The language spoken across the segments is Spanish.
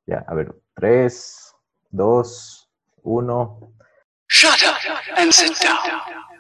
Ya, a ver, 3, 2, 1. Shut up and sit down.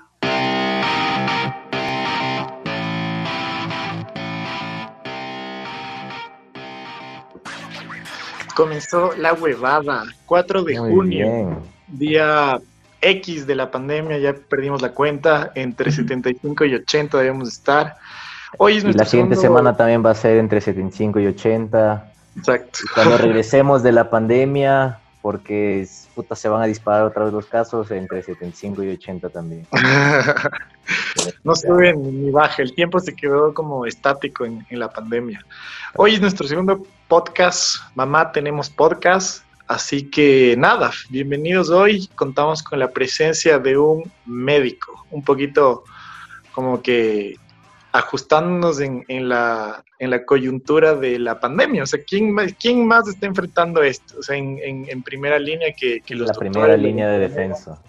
Comenzó la huevada, 4 de Muy junio, bien. día X de la pandemia, ya perdimos la cuenta, entre 75 y 80 debemos estar. Hoy es Y la nuestro siguiente segundo... semana también va a ser entre 75 y 80. Exacto. Y cuando regresemos de la pandemia, porque puta, se van a disparar otra vez los casos, entre 75 y 80 también. No sube ni baja, el tiempo se quedó como estático en la pandemia. Hoy es nuestro segundo podcast, Mamá Tenemos Podcast, así que nada, bienvenidos hoy. Contamos con la presencia de un médico, un poquito como que ajustándonos en la coyuntura de la pandemia. O sea, ¿quién más está enfrentando esto? O sea, en primera línea que los La primera doctores, las línea de enfermeras. defensa.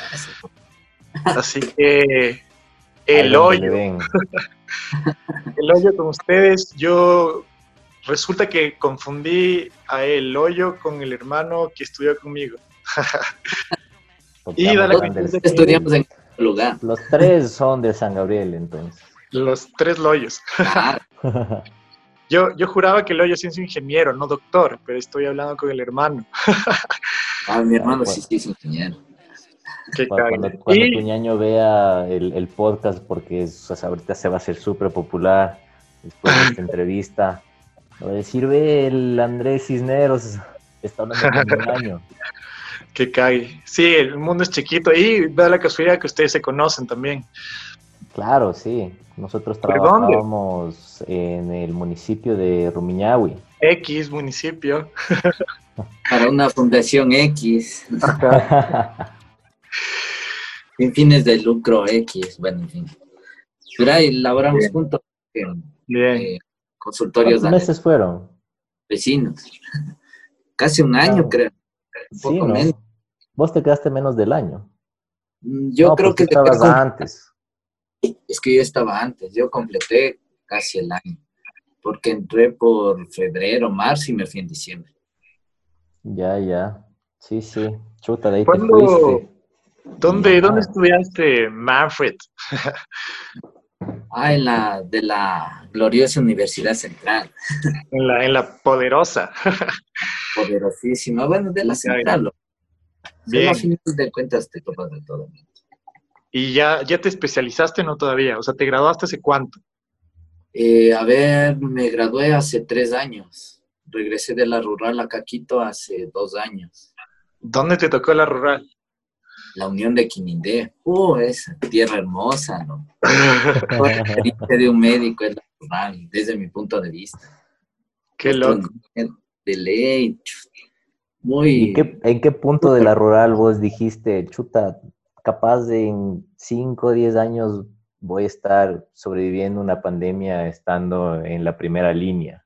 Así que Ahí el donde le hoyo, ven. el hoyo con ustedes. Yo resulta que confundí a el hoyo con el hermano que estudió conmigo. Y da Estamos la tan coincidencia que Estudiamos en otro lugar. Los tres son de San Gabriel, entonces. los tres loyos. Ah, Yo juraba que el hoyo sí es ingeniero, no doctor, pero estoy hablando con el hermano. mi Claro, hermano sí es ingeniero. Qué cuando, cague. cuando tu ñaño vea el podcast, porque o sea, ahorita se va a hacer súper popular después de esta entrevista, va a decir, ve, el Andrés Cisneros está hablando con mi ñaño. Que cague. Sí, el mundo es chiquito y da la casualidad que ustedes se conocen también. Claro, sí. Nosotros ¿Por dónde? trabajábamos en el municipio de Rumiñahui. X municipio. Para una fundación X, Ajá. sin fines de lucro X, bueno, en fin. Pero ahí laboramos Bien. juntos en Bien. consultorios ¿Cuántos de meses fueron? vecinos. Casi un año, Ah, creo, un sí, poco menos. ¿no? Vos te quedaste menos del año. Yo No, creo pues tú que estabas antes. es que yo estaba antes, yo completé casi el año, porque entré por febrero, marzo y me fui en diciembre. Ya, ya. Sí, sí. Chuta, de ahí te ¿Cuándo? fuiste. Y ¿Dónde nada. estudiaste, Manfred? En de la gloriosa Universidad Central, En la poderosa. poderosísima, bueno, de la Central. Solo a Bien. fin de cuentas te topas de todo. ¿Y ya te especializaste o no todavía? O sea, ¿te graduaste hace cuánto? Me gradué hace 3 años. Regresé de la rural acá a Quito hace 2 años. ¿Dónde te tocó la rural? La Unión de Quinindé. Esa tierra hermosa, ¿no? Toda la experiencia de un médico es la rural, desde mi punto de vista. Qué Otro loco. nivel de ley, ¿Y muy... en qué punto de la rural vos dijiste, chuta, capaz en 5 o 10 años voy a estar sobreviviendo una pandemia estando en la primera línea?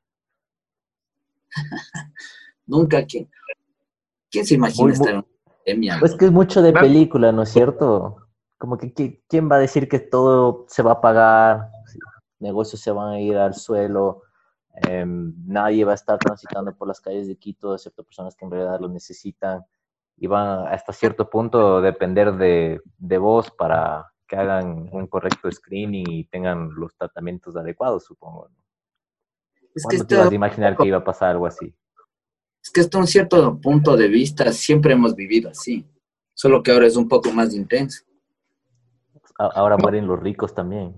Nunca, ¿quién se Muy, imagina estar en muy, una pandemia, pues bro? que es mucho de Na- película, ¿no es cierto? Como que ¿quién va a decir que todo se va a pagar? Sí, negocios se van a ir al suelo, nadie va a estar transitando por las calles de Quito, excepto personas que en realidad lo necesitan, y van hasta cierto punto depender de vos para que hagan un correcto screening y tengan los tratamientos adecuados, supongo, ¿no? Es que ¿Cuándo te ibas a imaginar que iba a pasar algo así? Es que hasta un cierto punto de vista siempre hemos vivido así, solo que ahora es un poco más intenso. Ahora mueren los ricos también.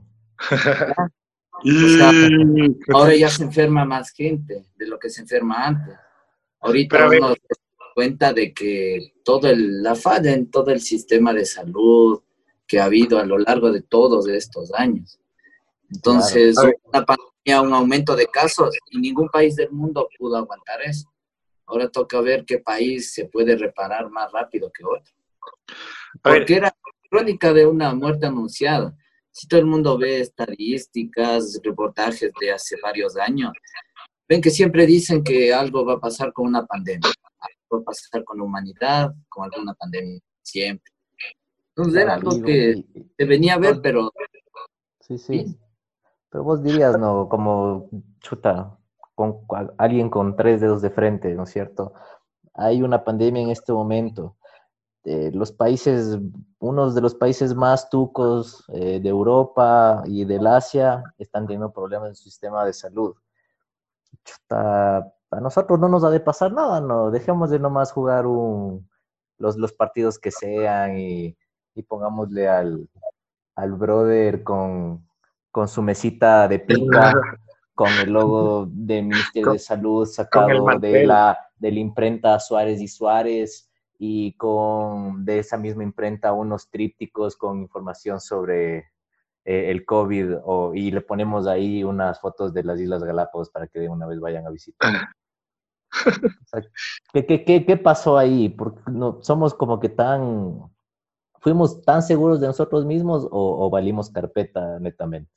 O sea, Y- ahora ya se enferma más gente de lo que se enferma antes. Ahorita Pero a ver, uno se da cuenta de que la falla en todo el sistema de salud que ha habido a lo largo de todos estos años. Claro. Entonces, a ver, una pandemia, un aumento de casos y ningún país del mundo pudo aguantar eso. Ahora toca ver qué país se puede reparar más rápido que otro. a ver, Porque era crónica de una muerte anunciada. Si todo el mundo ve estadísticas, reportajes de hace varios años, ven que siempre dicen que algo va a pasar con una pandemia, algo va a pasar con la humanidad, con alguna pandemia, siempre. Entonces era Claro, algo que se venía a ver, pero sí, sí. sí, Pero vos dirías, no, como chuta. alguien con 3 dedos de frente, ¿no es cierto? Hay una pandemia en este momento. Los países, unos de los países más tucos de Europa y del Asia están teniendo problemas en su sistema de salud. Chuta, a nosotros no nos ha de pasar nada, no, dejemos de nomás jugar los partidos que sean y pongámosle al brother con su mesita de pica, con el logo del Ministerio de Salud con el sacado mantel. de la imprenta Suárez y Suárez, y con de esa misma imprenta unos trípticos con información sobre el COVID, y le ponemos ahí unas fotos de las Islas Galápagos para que de una vez vayan a visitar. O sea, ¿qué pasó ahí? Porque no, somos como que fuimos tan seguros de nosotros mismos o valimos carpeta netamente.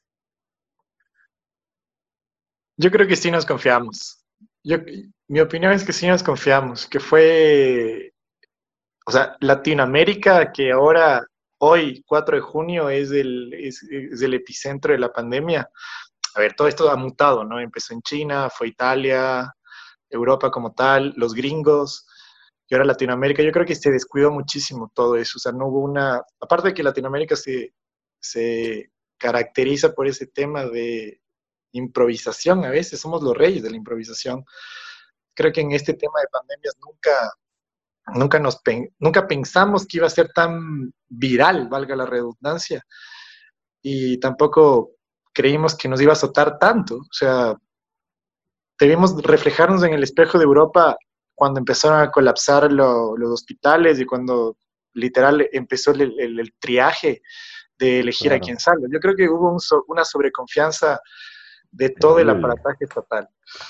Yo creo que sí nos confiamos. Mi opinión es que sí nos confiamos, que fue, o sea, Latinoamérica, que ahora, hoy, 4 de junio, es el epicentro de la pandemia. A ver, todo esto ha mutado, ¿no? Empezó en China, fue Italia, Europa como tal, los gringos, y ahora Latinoamérica. Yo creo que se descuidó muchísimo todo eso. O sea, no hubo aparte de que Latinoamérica se caracteriza por ese tema de improvisación, a veces somos los reyes de la improvisación. Creo que en este tema de pandemias nunca pensamos que iba a ser tan viral, valga la redundancia, y tampoco creímos que nos iba a azotar tanto. O sea, debimos reflejarnos en el espejo de Europa cuando empezaron a colapsar los hospitales y cuando literal empezó el triaje de elegir a Claro, quién salva. Yo creo que hubo una sobreconfianza de todo el terrible. aparataje estatal.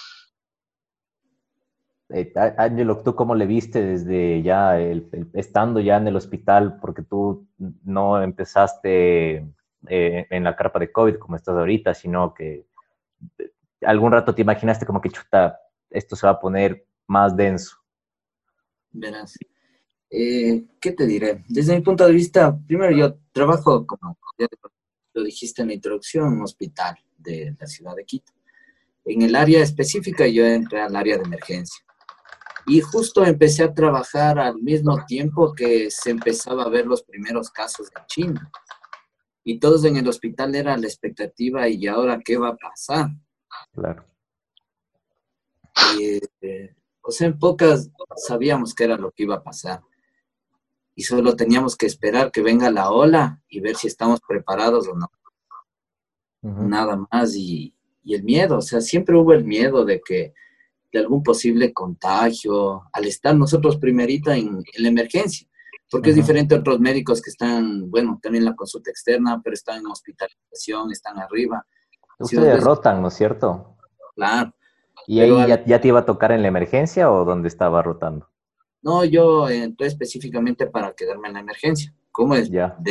Ángelo, ¿tú cómo le viste desde ya, estando ya en el hospital? Porque tú no empezaste en la carpa de COVID como estás ahorita, sino que algún rato te imaginaste como que chuta, esto se va a poner más denso. Verás. ¿Qué te diré? Desde mi punto de vista, primero yo trabajo, como ya lo dijiste en la introducción, en un hospital de la ciudad de Quito. En el área específica yo entré al área de emergencia. Y justo empecé a trabajar al mismo tiempo que se empezaba a ver los primeros casos en China. Y todos en el hospital era la expectativa, ¿y ahora qué va a pasar? Claro. Y, o sea, en pocas sabíamos qué era lo que iba a pasar. Y solo teníamos que esperar que venga la ola y ver si estamos preparados o no. Uh-huh. Nada más. Y el miedo, o sea, siempre hubo el miedo de algún posible contagio, al estar nosotros primerita en la emergencia, porque es Uh-huh. diferente a otros médicos que están, bueno, también en la consulta externa, pero están en hospitalización, están arriba. Si nos Ustedes ves, rotan, ¿no es cierto? claro, ¿Y pero ahí ya te iba a tocar en la emergencia o dónde estaba rotando? no, yo entré específicamente para quedarme en la emergencia. ¿Cómo es? Ya.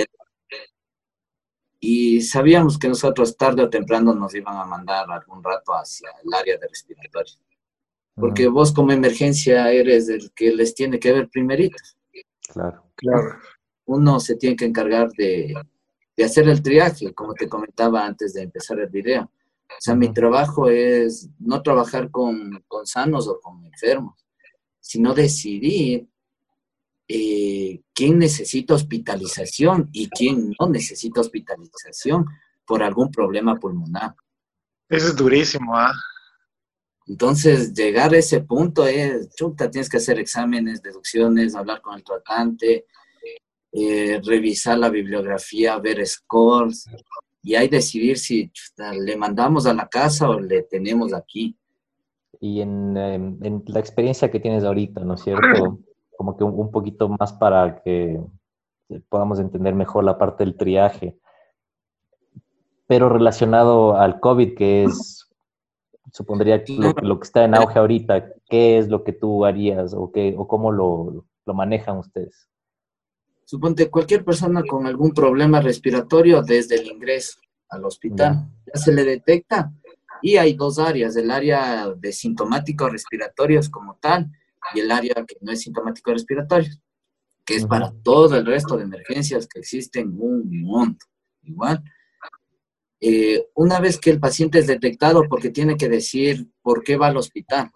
Y sabíamos que nosotros tarde o temprano nos iban a mandar algún rato hacia el área de respiratorio. Porque Uh-huh. vos como emergencia eres el que les tiene que ver primerito. Claro. Claro. Uno se tiene que encargar de hacer el triaje, como te comentaba antes de empezar el video. O sea, mi Uh-huh. trabajo es no trabajar con sanos o con enfermos, sino decidir quién necesita hospitalización y quién no necesita hospitalización por algún problema pulmonar. Eso es durísimo, ¿ah? Entonces, llegar a ese punto es, chuta, tienes que hacer exámenes, deducciones, hablar con el tratante, revisar la bibliografía, ver scores, y ahí decidir si chuta, le mandamos a la casa o le tenemos aquí. Y en la experiencia que tienes ahorita, ¿no es cierto? Como que un poquito más para que podamos entender mejor la parte del triaje, pero relacionado al COVID, que es, supondría Claro, lo que está en auge ahorita, ¿qué es lo que tú harías o cómo lo manejan ustedes? suponte cualquier persona con algún problema respiratorio desde el ingreso al hospital, Ya. ya se le detecta y hay dos áreas, el área de sintomáticos respiratorios como tal y el área que no es sintomático respiratorios, que es para Uh-huh. todo el resto de emergencias que existen un mundo. Igual, Una vez que el paciente es detectado, porque tiene que decir por qué va al hospital,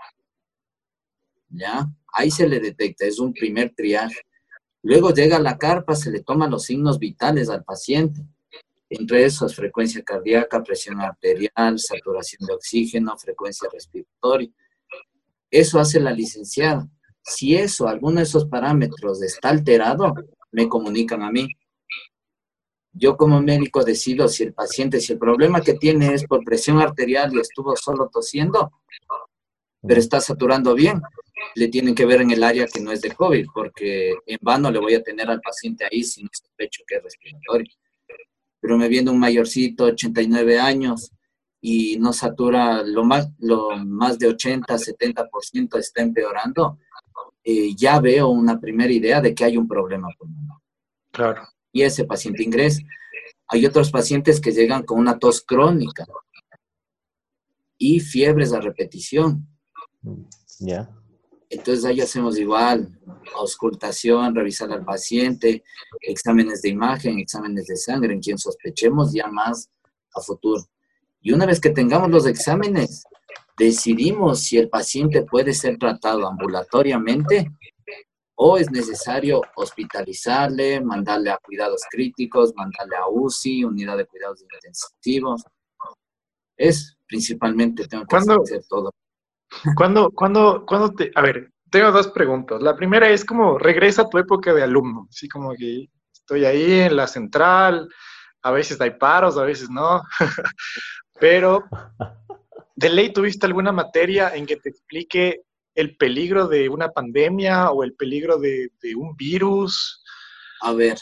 ¿ya? Ahí se le detecta, es un primer triaje. Luego llega a la carpa, se le toman los signos vitales al paciente. Entre esos, frecuencia cardíaca, presión arterial, saturación de oxígeno, frecuencia respiratoria. Eso hace la licenciada. Si eso, alguno de esos parámetros está alterado, me comunican a mí. Yo como médico decido si el paciente, si el problema que tiene es por presión arterial y estuvo solo tosiendo, pero está saturando bien, le tienen que ver en el área que no es de COVID, porque en vano le voy a tener al paciente ahí si no sospecho que es respiratorio. Pero me viene un mayorcito, 89 años, y no satura lo más de 80, 70% está empeorando, ya veo una primera idea de que hay un problema pulmonar. Claro. Y ese paciente ingresa. Hay otros pacientes que llegan con una tos crónica y fiebres a repetición. Ya. Entonces ahí hacemos igual, auscultación, revisar al paciente, exámenes de imagen, exámenes de sangre, en quien sospechemos ya más a futuro. Y una vez que tengamos los exámenes, decidimos si el paciente puede ser tratado ambulatoriamente o es necesario hospitalizarle, mandarle a cuidados críticos, mandarle a UCI, unidad de cuidados intensivos. Es principalmente, tengo que ¿Cuándo, hacer todo. a ver, tengo dos preguntas. La primera es como, regresa a tu época de alumno, así como que estoy ahí en la central, a veces hay paros, a veces no, pero ¿de ley tuviste alguna materia en que te explique el peligro de una pandemia o el peligro de un virus? A ver,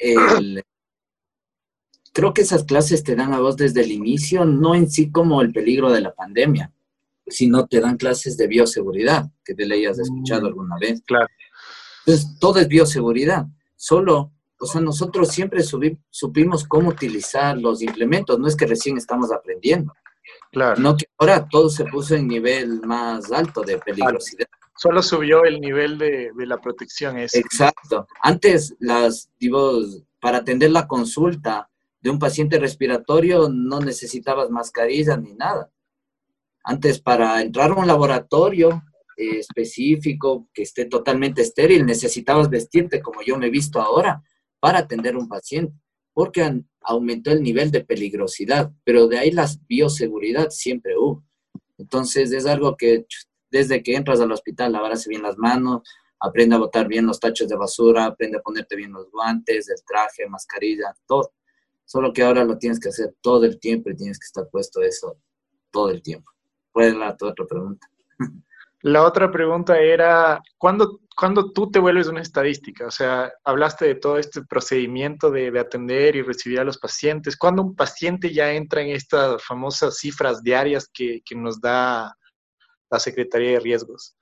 creo que esas clases te dan a vos desde el inicio, no en sí como el peligro de la pandemia, sino te dan clases de bioseguridad, que te le hayas escuchado alguna vez. Claro. Entonces, todo es bioseguridad. Solo, o sea, nosotros siempre supimos cómo utilizar los implementos, no es que recién estamos aprendiendo, Claro. sino que ahora todo se puso en nivel más alto de peligrosidad. Solo subió el nivel de la protección. Eso. Exacto. Antes, para atender la consulta de un paciente respiratorio no necesitabas mascarilla ni nada. Antes, para entrar a un laboratorio específico que esté totalmente estéril, necesitabas vestirte como yo me he visto ahora para atender a un paciente, porque aumentó el nivel de peligrosidad, pero de ahí la bioseguridad siempre hubo. Entonces, es algo que desde que entras al hospital, lavarse bien las manos, aprende a botar bien los tachos de basura, aprende a ponerte bien los guantes, el traje, mascarilla, todo. Solo que ahora lo tienes que hacer todo el tiempo y tienes que estar puesto eso todo el tiempo. ¿Puedes dar tu otra pregunta? La otra pregunta era, ¿cuándo tú te vuelves una estadística? O sea, hablaste de todo este procedimiento de atender y recibir a los pacientes. ¿Cuándo un paciente ya entra en estas famosas cifras diarias que nos da la Secretaría de Riesgos?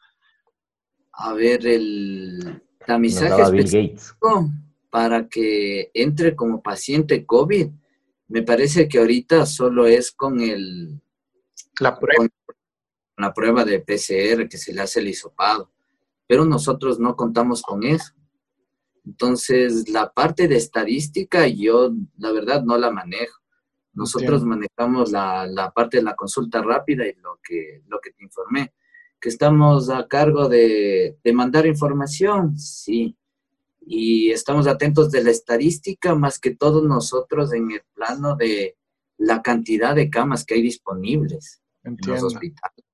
A ver, el tamizaje Nos daba Bill específico para que entre como paciente COVID, me parece que ahorita solo es con la prueba. Con la prueba de PCR que se le hace el hisopado, pero nosotros no contamos con eso. Entonces, la parte de estadística yo, la verdad, no la manejo. Nosotros manejamos la parte de la consulta rápida y lo que te informé, que estamos a cargo de mandar información, sí, y estamos atentos de la estadística, más que todos nosotros en el plano de la cantidad de camas que hay disponibles en los hospitales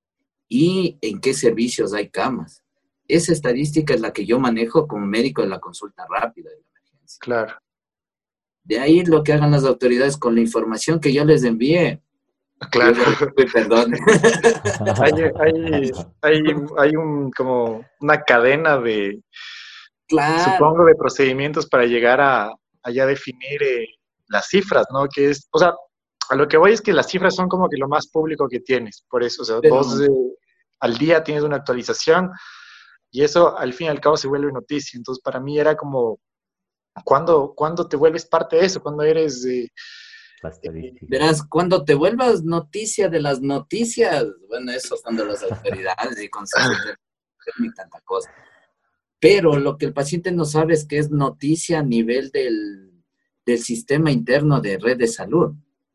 y en qué servicios hay camas. Esa estadística es la que yo manejo como médico de la consulta rápida de la emergencia. Claro. De ahí lo que hagan las autoridades con la información que yo les envíe. Claro. Perdón. hay como una cadena de, claro, supongo, de procedimientos para llegar a ya definir las cifras, ¿no? Que es, o sea, a lo que voy es que las cifras son como que lo más público que tienes. Por eso, o sea, pero, vos al día tienes una actualización y eso al fin y al cabo se vuelve noticia. Entonces, para mí era como, ¿cuándo te vuelves parte de eso? ¿Cuándo eres... verás, cuando te vuelvas noticia de las noticias, bueno, eso cuando las autoridades y consejos y tanta cosa. Pero lo que el paciente no sabe es que es noticia a nivel del sistema interno de red de salud.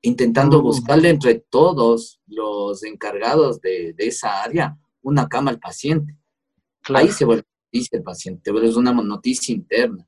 intentando buscarle entre todos los encargados de esa área una cama al paciente. Claro, Ahí se vuelve noticia el paciente, es una noticia interna.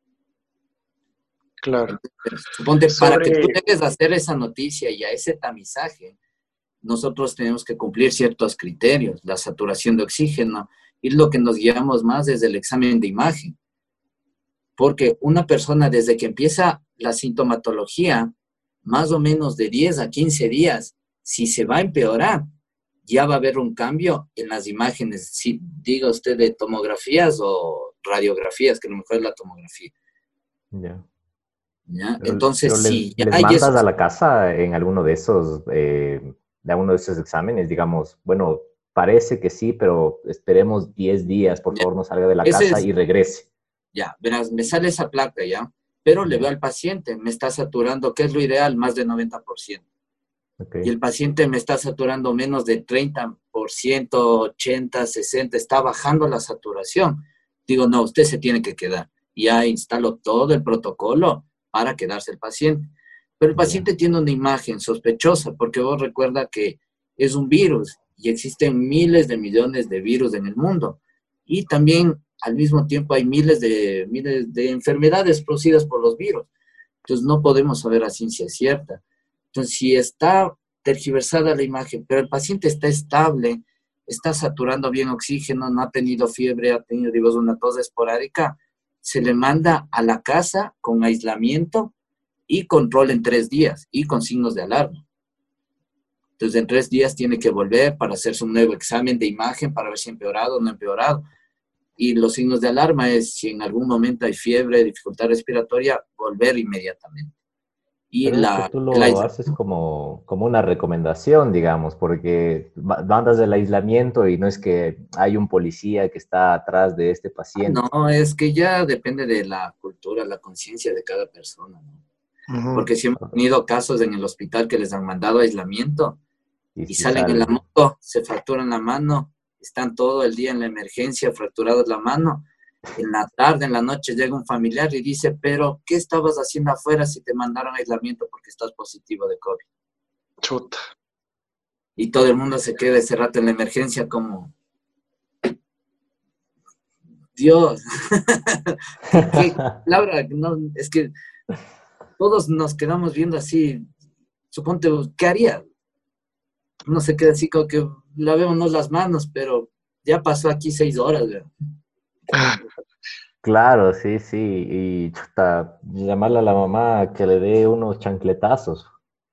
claro. Entonces, suponte, para que tú Sobre, debes hacer esa noticia y a ese tamizaje, nosotros tenemos que cumplir ciertos criterios, la saturación de oxígeno, y lo que nos guiamos más es el examen de imagen. Porque una persona desde que empieza la sintomatología, más o menos de 10 a 15 días, si se va a empeorar, ya va a haber un cambio en las imágenes, si diga usted de tomografías o radiografías, que lo mejor es la tomografía. Ya. ¿Ya? Pero Entonces, les, si ya les hay mandas a esos, la casa en alguno de uno de esos exámenes, digamos, bueno, parece que sí, pero esperemos 10 días, por ya, favor, no salga de la ese casa es, y regrese. ya, verás, me sale esa placa, ¿ya? Pero le veo Ya, al paciente, me está saturando, ¿qué es lo ideal? Más de 90%. ok. Y el paciente me está saturando menos de 30%, 80, 60, está bajando la saturación. Digo, no, usted se tiene que quedar. Ya instalo todo el protocolo para quedarse el paciente. Pero el Ya, paciente tiene una imagen sospechosa, porque vos recuerda que es un virus y existen miles de millones de virus en el mundo. Y también al mismo tiempo hay miles de enfermedades producidas por los virus. Entonces no podemos saber a ciencia cierta. Entonces, si está tergiversada la imagen, pero el paciente está estable, está saturando bien oxígeno, no ha tenido fiebre, ha tenido, digamos, una tos esporádica, se le manda a la casa con aislamiento y control en 3 días y con signos de alarma. Entonces, en 3 días tiene que volver para hacerse un nuevo examen de imagen para ver si ha empeorado o no ha empeorado. Y los signos de alarma es si en algún momento hay fiebre, dificultad respiratoria, volver inmediatamente. Y pero esto tú el lo haces aislamiento. como una recomendación, digamos, porque mandas del aislamiento y no es que hay un policía que está atrás de este paciente. No, es que ya depende de la cultura, la conciencia de cada persona, ¿no? ujú, Porque si hemos tenido casos en el hospital que les han mandado aislamiento Y y si salen en la salen, moto, se fracturan la mano, están todo el día en la emergencia, fracturados la mano. En la tarde, en la noche llega un familiar y dice, pero ¿qué estabas haciendo afuera si te mandaron aislamiento porque estás positivo de COVID? chuta. Y todo el mundo se queda ese rato en la emergencia como, Dios, ¿qué palabra? No, es que todos nos quedamos viendo así, suponte, ¿qué haría? Uno se queda así como que lavémonos las manos, pero ya pasó aquí 6 horas, ¿verdad? claro, sí, sí, y chuta, llamarle a la mamá que le dé unos chancletazos.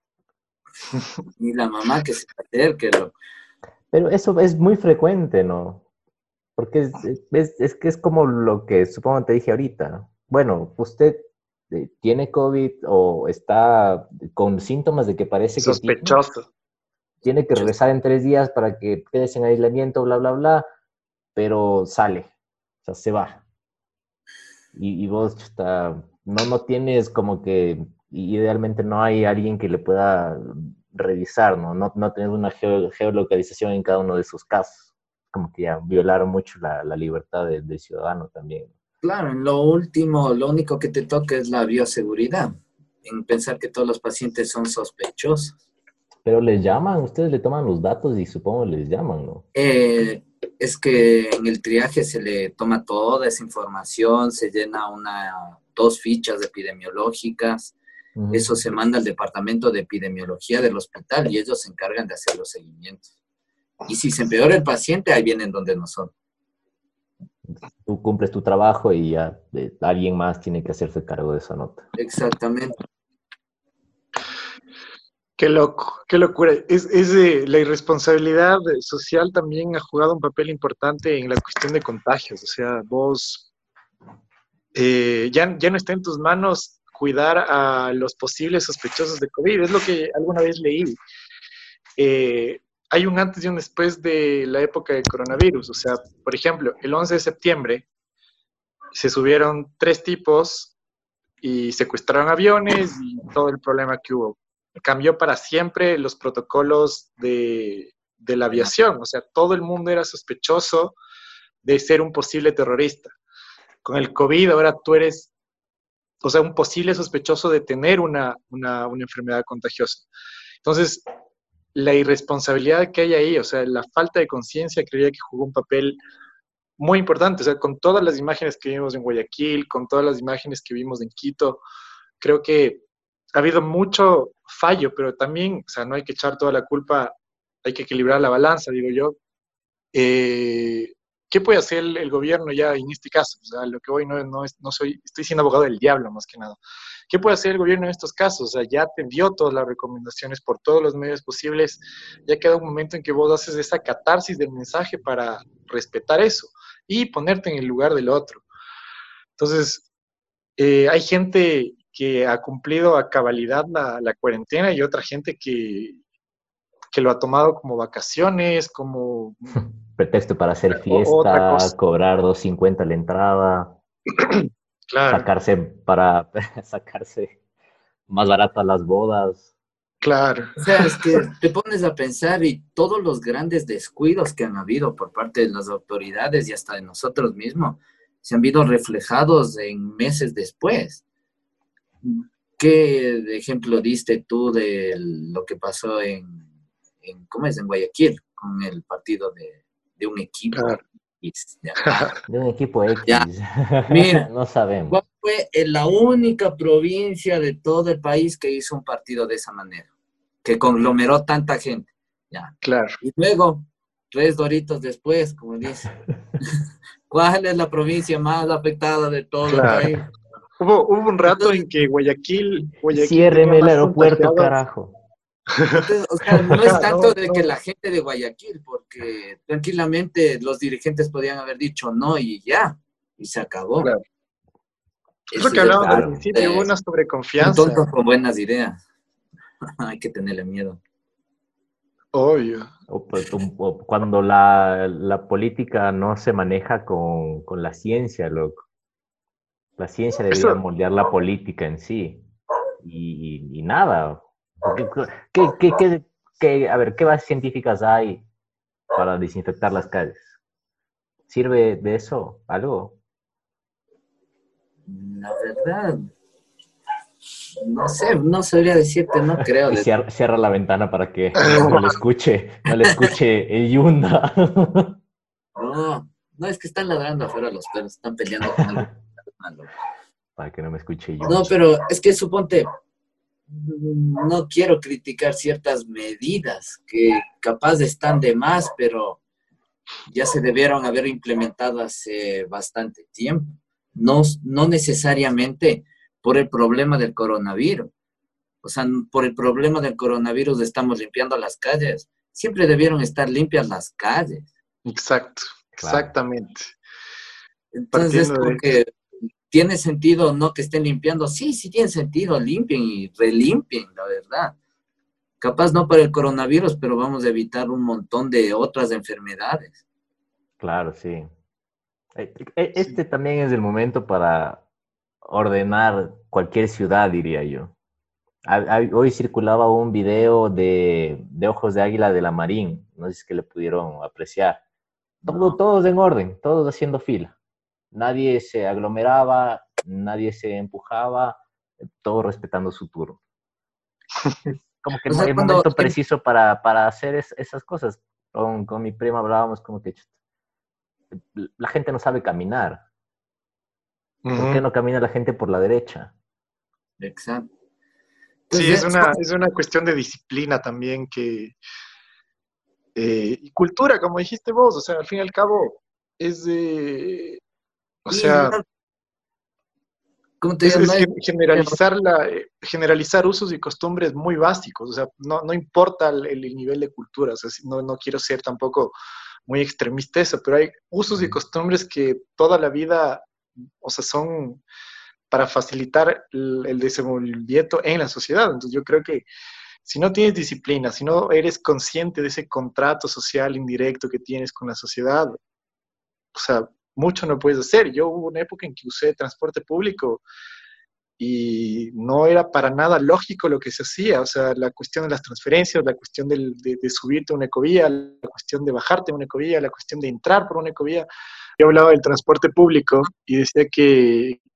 Y la mamá que se acerque, loco. Pero eso es muy frecuente, ¿no? Porque es que es como lo que supongo te dije ahorita, ¿no? Bueno, usted tiene COVID o está con síntomas de que parece que Sospechoso. tiene que regresar en 3 días para que quedes en aislamiento, bla, bla, bla, pero sale, o sea, se va. Y vos chuta, no tienes como que, idealmente no hay alguien que le pueda revisar, ¿no? No tener una geolocalización en cada uno de esos casos. Como que ya violaron mucho la libertad del ciudadano también. Claro, en lo último, lo único que te toca es la bioseguridad, en pensar que todos los pacientes son sospechosos. Pero les llaman, ustedes le toman los datos y supongo les llaman, ¿no? Es que en el triaje se le toma toda esa información, se llena dos fichas epidemiológicas, Ujú. eso se manda al departamento de epidemiología del hospital y ellos se encargan de hacer los seguimientos. Y si se empeora el paciente, ahí vienen donde nosotros. Tú cumples tu trabajo y ya alguien más tiene que hacerse cargo de esa nota. Exactamente. Qué loco, qué locura. La irresponsabilidad social también ha jugado un papel importante en la cuestión de contagios. O sea, vos ya no está en tus manos cuidar a los posibles sospechosos de COVID. Es lo que alguna vez leí. Hay un antes y un después de la época del coronavirus. O sea, por ejemplo, el 11 de septiembre se subieron 3 tipos y secuestraron aviones y todo el problema que hubo. Cambió para siempre los protocolos de la aviación. O sea, todo el mundo era sospechoso de ser un posible terrorista. Con el COVID ahora tú eres o sea, un posible sospechoso de tener una enfermedad contagiosa. Entonces, la irresponsabilidad que hay ahí, o sea, la falta de conciencia, creía que jugó un papel muy importante, o sea, con todas las imágenes que vimos en Guayaquil, con todas las imágenes que vimos en Quito, creo que ha habido mucho fallo, pero también, o sea, no hay que echar toda la culpa, hay que equilibrar la balanza, digo yo. ¿Qué puede hacer el gobierno ya en este caso? O sea, lo que hoy no soy, estoy siendo abogado del diablo más que nada. ¿Qué puede hacer el gobierno en estos casos? O sea, ya te dio todas las recomendaciones por todos los medios posibles, ya queda un momento en que vos haces esa catarsis del mensaje para respetar eso y ponerte en el lugar del otro. Entonces, hay gente que ha cumplido a cabalidad la cuarentena y otra gente que lo ha tomado como vacaciones, como Pretexto para hacer otra fiesta, cosa. cobrar 2.50 la entrada, Claro, sacarse para sacarse más baratas las bodas. claro. O sea, es que te pones a pensar y todos los grandes descuidos que han habido por parte de las autoridades y hasta de nosotros mismos se han visto reflejados en meses después. ¿Qué ejemplo diste tú de lo que pasó ¿cómo es? En Guayaquil, con el partido de un equipo Claro. X de acá? De un equipo Ya, X. mira, No sabemos. ¿cuál fue la única provincia de todo el país que hizo un partido de esa manera? Que conglomeró tanta gente. Ya. Claro. Y luego, 3 doritos después, como dice, ¿cuál es la provincia más afectada de todo el Claro. país? Hubo un rato Entonces, en que Guayaquil tenía Ciérreme el más aeropuerto, contagiados. carajo. entonces, o sea, no es tanto No, de que no. la gente de Guayaquil, porque tranquilamente los dirigentes podían haber dicho no y ya, y se acabó. Claro. Es lo Ese que es el hablábamos al problema. Claro. principio, hubo una Son sobreconfianza. tontos con buenas ideas. Hay que tenerle miedo. Obvio. O cuando la política no se maneja con la ciencia, loco. La ciencia debería Eso, moldear la política en sí. Y nada. A ver, ¿qué bases científicas hay para desinfectar las calles? ¿Sirve de eso algo? La verdad, no sé, no sabría decirte, no creo. Y cierra la ventana para que no le escuche el Yunda. No, no, es que están ladrando afuera los perros, están peleando con algo malo. Para que no me escuche No, Yunda. pero es que suponte, no quiero criticar ciertas medidas que capaz están de más, pero ya se debieron haber implementado hace bastante tiempo. No, no necesariamente por el problema del coronavirus. O sea, por el problema del coronavirus estamos limpiando las calles. Siempre debieron estar limpias las calles. exacto, Claro. exactamente. Entonces, Partiendo como de eso. que tiene sentido no que estén limpiando. Sí, sí tiene sentido, limpien y relimpien, la verdad. Capaz no para el coronavirus, pero vamos a evitar un montón de otras enfermedades. Claro, sí. Sí. Este también es el momento para ordenar cualquier ciudad, diría yo. Hoy circulaba un video de Ojos de Águila de la Marín, no sé si es que le pudieron apreciar. ¿No? Todos en orden, todos haciendo fila. Nadie se aglomeraba, nadie se empujaba, todos respetando su turno. Es como que O sea, el cuando momento preciso para hacer esas cosas. Con mi prima hablábamos como que la gente no sabe caminar. ¿Por qué Ujú. no camina la gente por la derecha? exacto. Sí, Entonces, es una cuestión de disciplina también y cultura, como dijiste vos, o sea, al fin y al cabo, es de, o y sea, como te digo, no es generalizar usos y costumbres muy básicos, o sea, no importa el nivel de cultura, o sea, no quiero ser tampoco muy extremista eso, pero hay usos y costumbres que toda la vida, o sea, son para facilitar el desenvolvimiento en la sociedad. Entonces yo creo que si no tienes disciplina, si no eres consciente de ese contrato social indirecto que tienes con la sociedad, o sea, mucho no puedes hacer. Yo hubo una época en que usé transporte público y no era para nada lógico lo que se hacía, o sea, la cuestión de las transferencias, la cuestión de subirte a una ecovía, la cuestión de bajarte a una ecovía, la cuestión de entrar por una ecovía. Yo hablaba del transporte público y decía que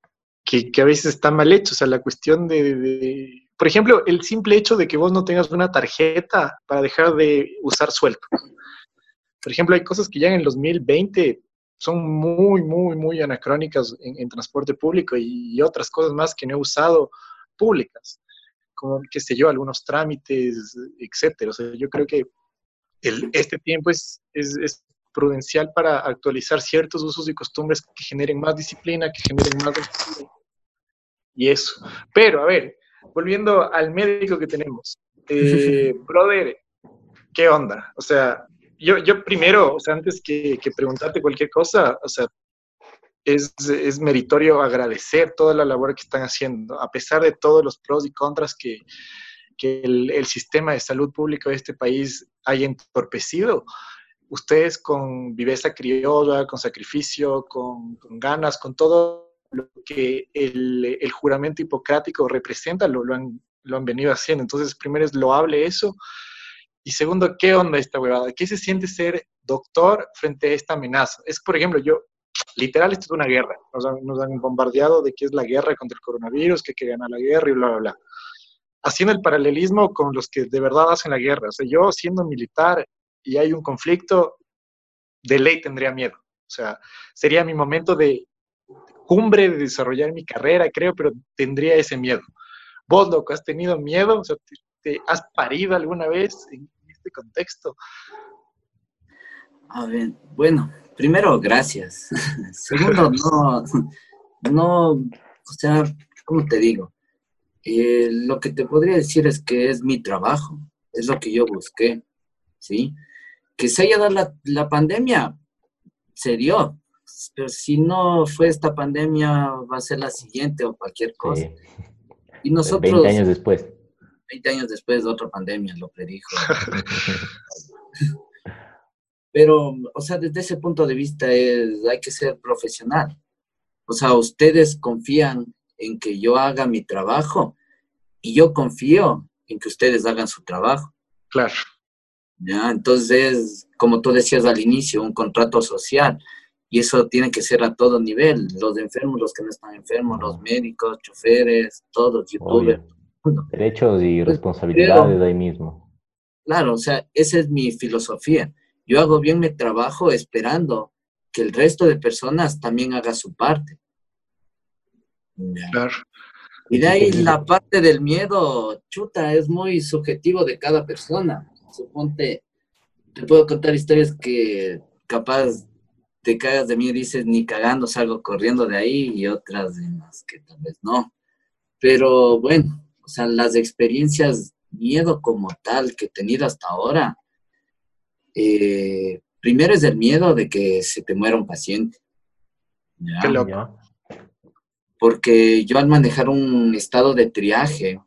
que a veces está mal hecho. O sea, la cuestión por ejemplo, el simple hecho de que vos no tengas una tarjeta para dejar de usar sueldo. Por ejemplo, hay cosas que ya en el 2020 son muy, muy, muy anacrónicas en transporte público y otras cosas más que no he usado públicas, como, qué sé yo, algunos trámites, etcétera. O sea, yo creo que este tiempo es prudencial para actualizar ciertos usos y costumbres que generen más disciplina, que generen más disciplina, y eso. Pero, a ver, volviendo al médico que tenemos, brother, ¿qué onda? O sea, yo primero, o sea, antes que preguntarte cualquier cosa, o sea, es meritorio agradecer toda la labor que están haciendo, a pesar de todos los pros y contras que el sistema de salud público de este país haya entorpecido. Ustedes con viveza criolla, con sacrificio, con ganas, con todo lo que el juramento hipocrático representa, lo han venido haciendo. Entonces, primero es loable eso. Y segundo, ¿qué onda esta huevada? ¿Qué se siente ser doctor frente a esta amenaza? Es, por ejemplo, literal, esto es una guerra. Nos han bombardeado de que es la guerra contra el coronavirus, que hay que ganar la guerra y bla, bla, bla. Haciendo el paralelismo con los que de verdad hacen la guerra. O sea, yo siendo militar y hay un conflicto, de ley tendría miedo. O sea, sería mi momento de cumbre de desarrollar mi carrera, creo, pero tendría ese miedo. Vos, loco, ¿has tenido miedo? O sea, ¿te has parido alguna vez en este contexto? A ver, bueno, primero, gracias. Segundo, o sea, ¿cómo te digo? Lo que te podría decir es que es mi trabajo, es lo que yo busqué, ¿sí? Que se haya dado la pandemia, se dio, pero si no fue esta pandemia, va a ser la siguiente o cualquier cosa. Sí. Y 20 nosotros, años después. 20 años después de otra pandemia, lo predijo. Pero, o sea, desde ese punto de vista hay que ser profesional. O sea, ustedes confían en que yo haga mi trabajo y yo confío en que ustedes hagan su trabajo. Claro. ¿Ya? Entonces, como tú decías al inicio, un contrato social. Y eso tiene que ser a todo nivel. Los enfermos, los que no están enfermos, los médicos, choferes, todos, youtubers. Obvio. Derechos y Pues, responsabilidades ahí mismo. claro, o sea, esa es mi filosofía. Yo hago bien mi trabajo esperando que el resto de personas también haga su parte. ¿Ya? Claro. Y de ahí la parte del miedo, chuta, es muy subjetivo de cada persona. Suponte, te puedo contar historias que capaz te cagas de mí y dices, ni cagando salgo corriendo de ahí, y otras en las que tal vez no. Pero bueno, o sea, las experiencias, miedo como tal que he tenido hasta ahora, primero es el miedo de que se te muera un paciente. ¿Ya? Qué loco. ¿Ya? Porque yo al manejar un estado de triaje,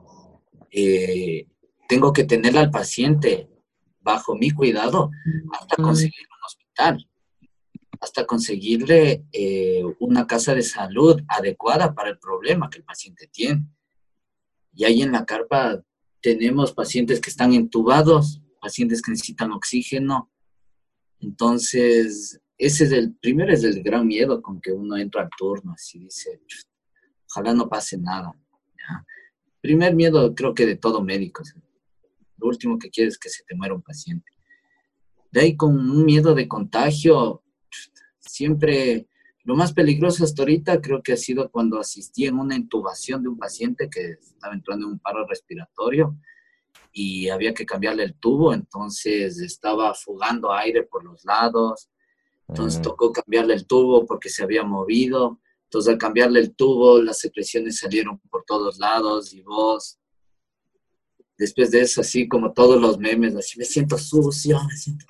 tengo que tener al paciente bajo mi cuidado hasta conseguir un hospital, hasta conseguirle una casa de salud adecuada para el problema que el paciente tiene. Y ahí en la carpa tenemos pacientes que están entubados, pacientes que necesitan oxígeno. Entonces, ese es primero es el gran miedo con que uno entra al turno, así dice, ojalá no pase nada. ¿Ya? Primer miedo creo que de todo médico. Lo último que quieres es que se te muera un paciente. De ahí con un miedo de contagio, siempre lo más peligroso hasta ahorita creo que ha sido cuando asistí en una intubación de un paciente que estaba entrando en un paro respiratorio y había que cambiarle el tubo, entonces estaba fugando aire por los lados, entonces tocó cambiarle el tubo porque se había movido, entonces al cambiarle el tubo las secreciones salieron por todos lados y vos, después de eso, así como todos los memes, así me siento sucio, me siento...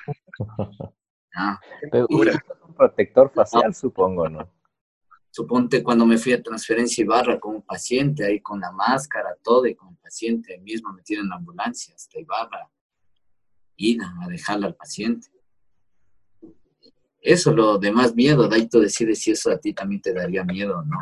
Ah, Pero y, un protector facial, supongo, ¿no? suponte cuando me fui a transferencia Ibarra con un paciente, ahí con la máscara, todo, y con el paciente mismo metido en la ambulancia hasta Ibarra, ir a dejarle al paciente. Eso, lo de más miedo, de ahí tú decides si eso a ti también te daría miedo o no.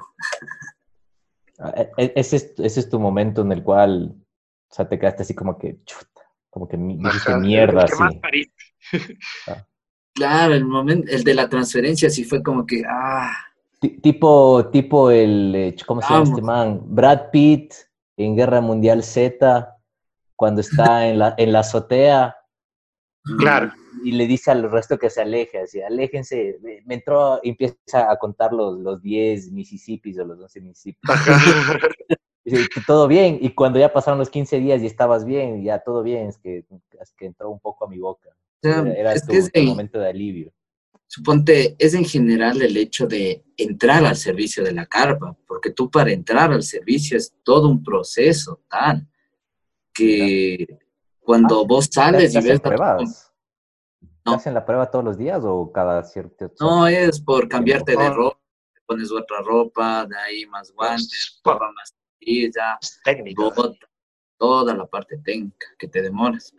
Ese es tu momento en el cual, o sea, te quedaste así como que, chuta, como que dijiste mierda, el que así. más pariste. Claro, el de la transferencia sí fue como que, Tipo ¿cómo se llama este Vamos, man? Brad Pitt en Guerra Mundial Z, cuando está en la azotea Claro. y le dice al resto que se aleje, así, aléjense. Me entró y empieza a contar los 10 Mississippis o los 11 Mississippis. Ajá. Dice, todo bien, y cuando ya pasaron los 15 días y estabas bien, ya todo bien, es que entró un poco a mi boca. o sea, Era es que tu momento de alivio. suponte, es en general el hecho de entrar al servicio de la carpa, porque tú para entrar al servicio es todo un proceso tal Mira. que cuando vos ¿Te, sales te y ves hacen a tu pruebas? ¿Te no, hacen la prueba todos los días o cada no es cierto por tiempo? cambiarte de Oh, ropa, te pones otra ropa, de ahí más guantes, bueno, ropa más sencilla, técnica. bota, toda la parte técnica que te demoras.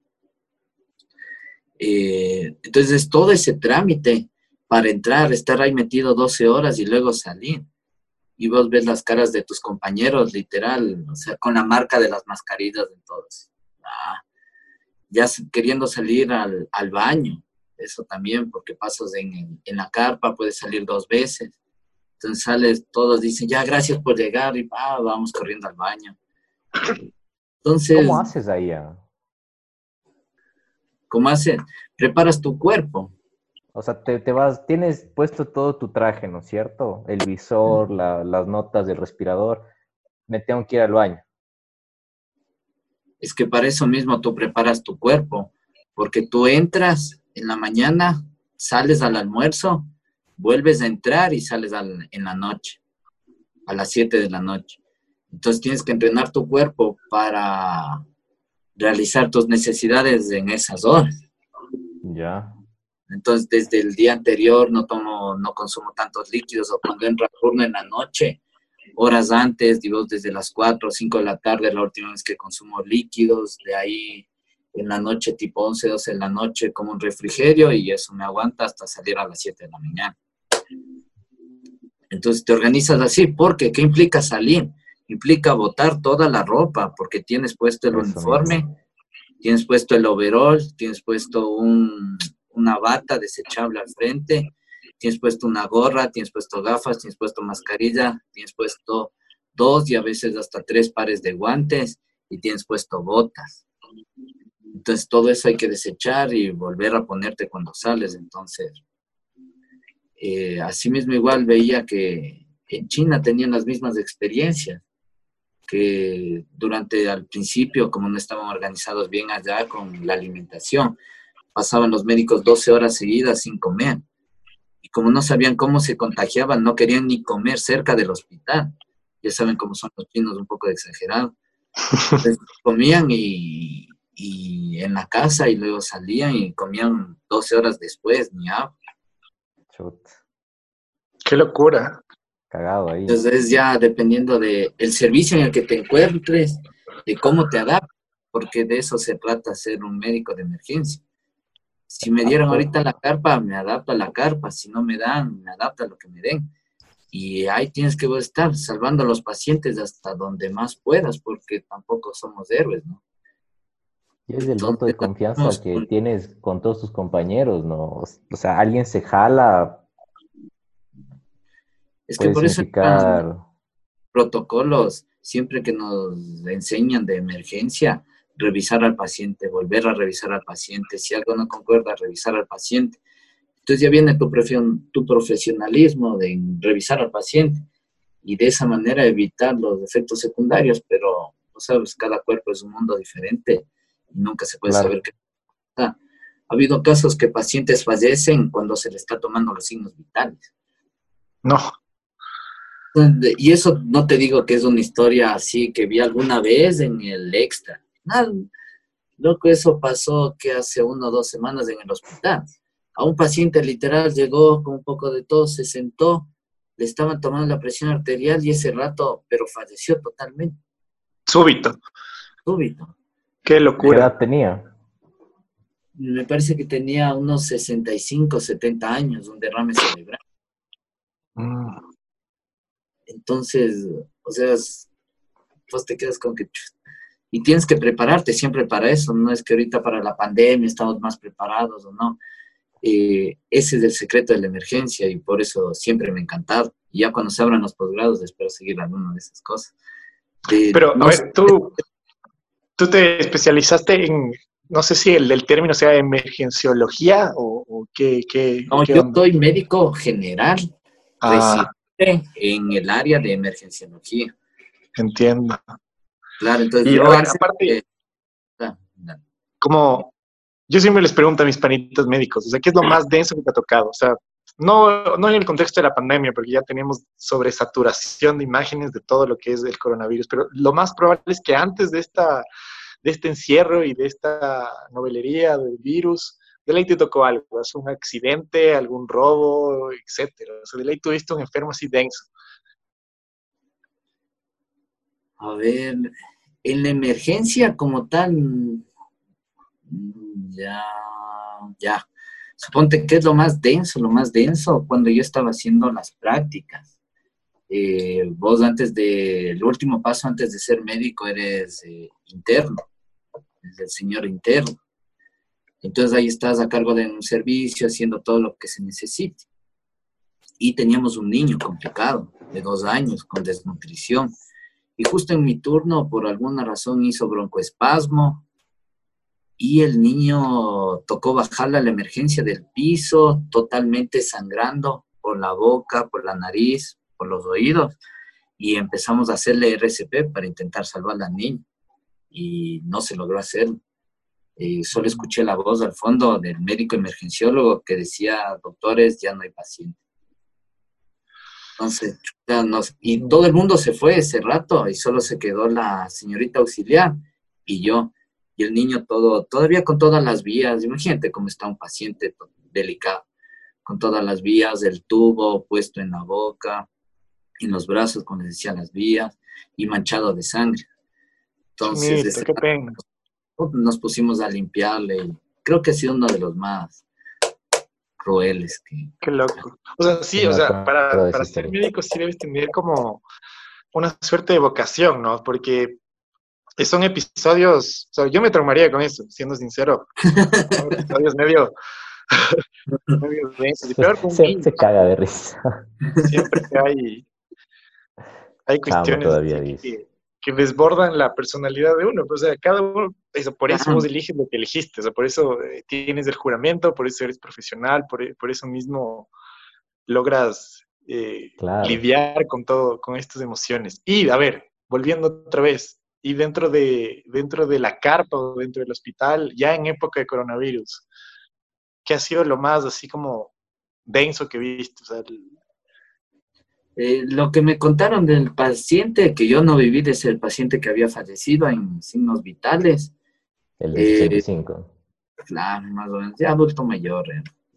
Entonces, todo ese trámite para entrar, estar ahí metido 12 horas y luego salir. Y vos ves las caras de tus compañeros, literal, o sea, con la marca de las mascarillas de todos. Ah, ya queriendo salir al baño, eso también, porque pasas en la carpa, puedes salir 2 veces. Entonces sales, todos dicen, ya, gracias por llegar, y vamos corriendo al baño. ¿Cómo Entonces, haces ahí? ¿cómo haces? Preparas tu cuerpo. O sea, te vas, tienes puesto todo tu traje, ¿no es cierto? El visor, las notas del respirador. Me tengo que ir al baño. Es que para eso mismo tú preparas tu cuerpo, porque tú entras en la mañana, sales al almuerzo, vuelves a entrar y sales en la noche, a las 7 de la noche. Entonces tienes que entrenar tu cuerpo para realizar tus necesidades en esas horas. Ya. Entonces desde el día anterior no consumo tantos líquidos, o cuando entro al turno en la noche, horas antes, digo, desde las 4 o 5 de la tarde, la última vez que consumo líquidos, de ahí en la noche, tipo 11 12 de la noche, como un refrigerio, y eso me aguanta hasta salir a las 7 de la mañana. Entonces te organizas así, porque ¿qué implica salir? Implica botar toda la ropa, porque tienes puesto el Eso uniforme, mismo. tienes puesto el overall, tienes puesto una bata desechable al frente, tienes puesto una gorra, tienes puesto gafas, tienes puesto mascarilla, tienes puesto 2 y a veces hasta 3 pares de guantes y tienes puesto botas. Entonces todo eso hay que desechar y volver a ponerte cuando sales. Entonces, asimismo igual veía que en China tenían las mismas experiencias, que durante al principio, como no estaban organizados bien allá con la alimentación, pasaban los médicos 12 horas seguidas sin comer. Y como no sabían cómo se contagiaban, no querían ni comer cerca del hospital. Ya saben cómo son los chinos, un poco exagerados. Entonces, comían y en la casa y luego salían y comían 12 horas después, ni agua. Chut, Qué locura. cagado ahí. Entonces ya dependiendo del servicio en el que te encuentres, de cómo te adaptas, porque de eso se trata ser un médico de emergencia. Si me dieron Exacto. ahorita la carpa, me adapto a la carpa. Si no me dan, me adapto a lo que me den. Y ahí tienes que estar salvando a los pacientes hasta donde más puedas, porque tampoco somos héroes, ¿no? Y es el voto Entonces, de confianza hacemos que tienes con todos tus compañeros, ¿no? O sea, alguien se jala, es que puede por eso están significar, protocolos, siempre que nos enseñan de emergencia, revisar al paciente, volver a revisar al paciente, si algo no concuerda, revisar al paciente. Entonces ya viene tu profesionalismo de revisar al paciente y de esa manera evitar los efectos secundarios, pero, no sabes, cada cuerpo es un mundo diferente y nunca se puede saber claro, qué pasa. Ha habido casos que pacientes fallecen cuando se les está tomando los signos vitales. No, Y eso no te digo que es una historia así que vi alguna vez en el Extra. Nada, loco, eso pasó que hace 1 o 2 semanas en el hospital. A un paciente literal llegó con un poco de tos, se sentó, le estaban tomando la presión arterial y ese rato, pero falleció totalmente, súbito. súbito. Qué ¿qué locura. edad tenía? Me parece que tenía unos 65, 70 años, un derrame cerebral. Mm. Entonces, o sea, pues te quedas con que... Y tienes que prepararte siempre para eso, no es que ahorita para la pandemia estamos más preparados o no. ese es el secreto de la emergencia y por eso siempre me ha encantado. Y ya cuando se abran los posgrados espero seguir alguna de esas cosas. Pero, a No sé, ver, tú te especializaste en, no sé si el término sea emergenciología o no, qué yo onda. soy médico general, Ah, residente en el área de emergenciología. entiendo. Claro, entonces Y a yo ver, antes aparte, de... ah, no. como yo siempre les pregunto a mis panitos médicos, o sea, ¿qué es lo más denso que te ha tocado? O sea, no en el contexto de la pandemia, porque ya tenemos sobresaturación de imágenes de todo lo que es el coronavirus, pero lo más probable es que antes de este encierro y de esta novelería del virus, de ley te tocó algo, es un accidente, algún robo, etcétera. O sea, de ley tuviste un enfermo así denso. A ver, en la emergencia como tal, ya, ya. Suponte que es lo más denso cuando yo estaba haciendo las prácticas. Vos el último paso antes de ser médico eres interno, es el señor interno. Entonces ahí estás a cargo de un servicio haciendo todo lo que se necesite. Y teníamos un niño complicado, de 2 años, con desnutrición. Y justo en mi turno, por alguna razón, hizo broncoespasmo y el niño tocó bajarle a la emergencia del piso, totalmente sangrando por la boca, por la nariz, por los oídos. Y empezamos a hacerle RCP para intentar salvar al niño. Y no se logró hacer. Solo escuché la voz al fondo del médico emergenciólogo que decía, doctores, ya no hay paciente. Entonces, y todo el mundo se fue ese rato y solo se quedó la señorita auxiliar y yo. Y el niño todavía con todas las vías. Imagínate cómo está un paciente delicado, con todas las vías, el tubo puesto en la boca, en los brazos, como les decía, las vías, y manchado de sangre. Entonces, Chinito, qué pena. nos pusimos a limpiarle. Y creo que ha sido uno de los más crueles que... Qué loco. O sea, sí, Sí, o me sea, acuerdo de esa para ser historia. médico sí debes tener como una suerte de vocación, ¿no? Porque son episodios, o sea, yo me traumaría con eso, siendo sincero. Son episodios medio densos, y peor con un niño. Se caga de risa. Siempre hay Chamo cuestiones todavía así dice. que desbordan la personalidad de uno. Pues, o sea, cada uno, eso, por eso Ah, vos eliges lo que elegiste, o sea, por eso tienes el juramento, por eso eres profesional, por eso mismo logras Claro. lidiar con todo, con estas emociones. Y, a ver, volviendo otra vez, y dentro de la carpa o dentro del hospital, ya en época de coronavirus, ¿qué ha sido lo más así como denso que viste? O sea, lo que me contaron del paciente, que yo no viví, es el paciente que había fallecido en signos vitales. El de Eh, 65. claro, más o menos, ya adulto mayor.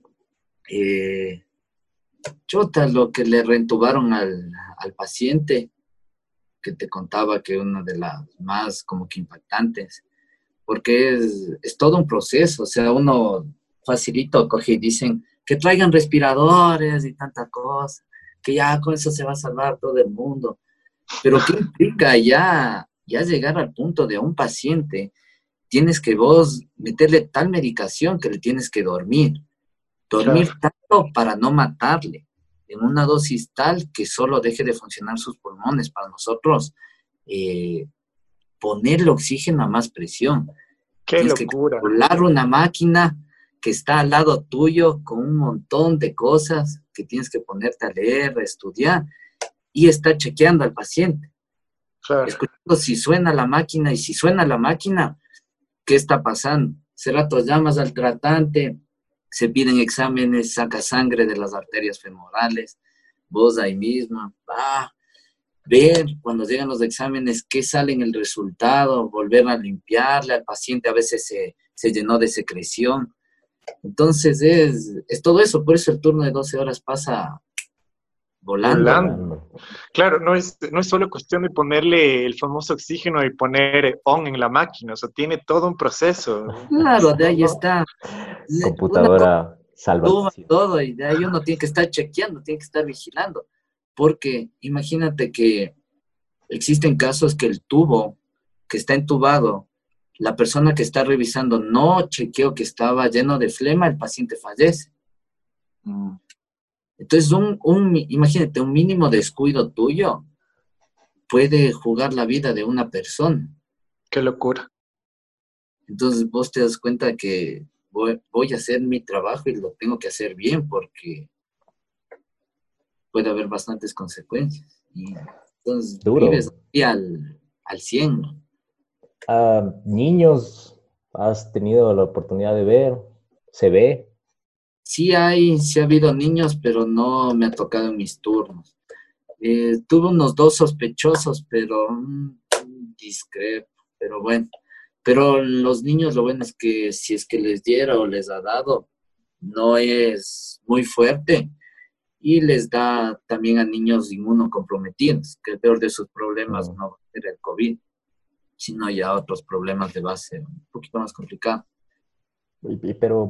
Chota, lo que le reentubaron al paciente, que te contaba que una de las más como que impactantes, porque es todo un proceso, o sea, uno facilito coge y dicen que traigan respiradores y tanta cosa, que ya con eso se va a salvar todo el mundo. Pero ¿qué implica ya llegar al punto de un paciente? Tienes que vos meterle tal medicación que le tienes que dormir claro, tanto para no matarle, en una dosis tal que solo deje de funcionar sus pulmones. Para nosotros, eh, ponerle oxígeno a más presión. qué Tienes que locura. controlar una máquina que está al lado tuyo con un montón de cosas que tienes que ponerte a leer, a estudiar y estar chequeando al paciente, Claro, escuchando si suena la máquina y si suena la máquina, ¿qué está pasando? Hace rato llamas al tratante, se piden exámenes, saca sangre de las arterias femorales, vos ahí mismo, ver cuando llegan los exámenes qué sale en el resultado, volver a limpiarle al paciente, a veces se llenó de secreción. Entonces es todo eso, por eso el turno de 12 horas pasa volando. volando. Volando. Claro, no es solo cuestión de ponerle el famoso oxígeno y poner on en la máquina, o sea, tiene todo un proceso. Claro, de No, ahí no. está. Una cosa Computadora suma salvación. todo y de ahí uno tiene que estar chequeando, tiene que estar vigilando. Porque imagínate que existen casos que el tubo que está entubado, la persona que está revisando no chequeó que estaba lleno de flema, el paciente fallece. Entonces, imagínate, un mínimo descuido tuyo puede jugar la vida de una persona. Qué locura. Entonces, vos te das cuenta que voy a hacer mi trabajo y lo tengo que hacer bien porque puede haber bastantes consecuencias. Y entonces, vives Duro. así al 100, ¿no? Niños, ¿has tenido la oportunidad de ver? ¿Se ve? Sí ha habido niños, pero no me ha tocado en mis turnos. Tuve unos 2 sospechosos, pero discrepo, pero bueno. Pero los niños, lo bueno es que si es que les diera o les ha dado, no es muy fuerte y les da también a niños inmunocomprometidos, que el peor de sus problemas no va a ser el COVID, sino ya otros problemas de base un poquito más complicados. Pero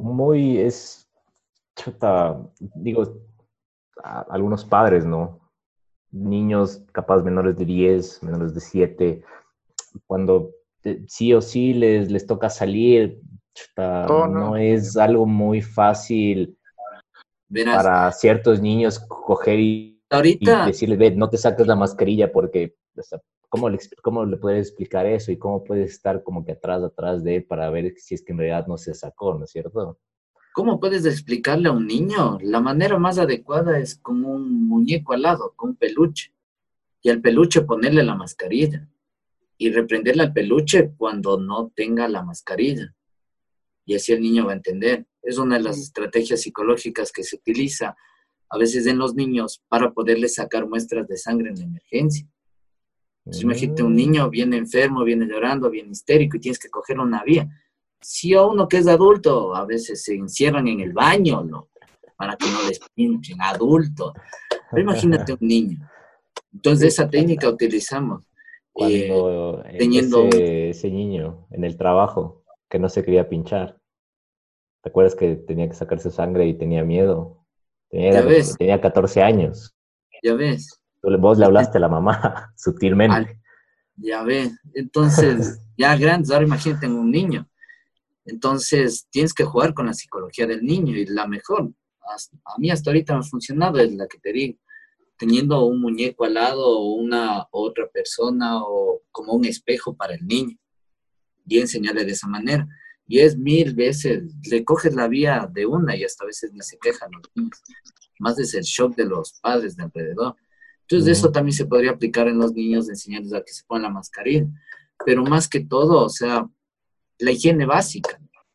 digo, algunos padres, ¿no? Niños capaz menores de 10, menores de 7, cuando sí o sí les toca salir, Oh, no no. es algo muy fácil Verás, para ciertos niños coger y ahorita, decirles, ve, no te saques la mascarilla porque, o sea, ¿cómo le puedes explicar eso? Y cómo puedes estar como que atrás de él para ver si es que en realidad no se sacó, ¿no es cierto? ¿cómo puedes explicarle a un niño? La manera más adecuada es con un muñeco al lado, con un peluche, y al peluche ponerle la mascarilla y reprenderle al peluche cuando no tenga la mascarilla. Y así el niño va a entender. Es una de las estrategias psicológicas que se utiliza a veces en los niños para poderles sacar muestras de sangre en la emergencia. Entonces, imagínate un niño viene enfermo, viene llorando, viene histérico y tienes que cogerlo una vía. Si a uno que es adulto, a veces se encierran en el baño, ¿no? Para que no les pinchen, adulto. Pero imagínate un niño. Entonces, Sí. esa técnica utilizamos Cuando teniendo un... ese niño en el trabajo que no se quería pinchar, ¿te acuerdas que tenía que sacarse sangre y tenía miedo? Ya ves, Tenía 14 años. ya ves. Vos le Y hablaste a la mamá sutilmente. ya ves. Entonces, ya grandes, ahora imagínate en un niño. Entonces, tienes que jugar con la psicología del niño y la mejor, a mí hasta ahorita me ha funcionado, es la que te digo, teniendo un muñeco al lado o una otra persona o como un espejo para el niño y enseñarle de esa manera. Y es 1000 veces, le coges la vía de una y hasta a veces ni se quejan los niños. Más es el shock de los padres de alrededor. Entonces, eso también se podría aplicar en los niños, enseñarles a que se pongan la mascarilla. Pero más que todo, o sea, la higiene básica,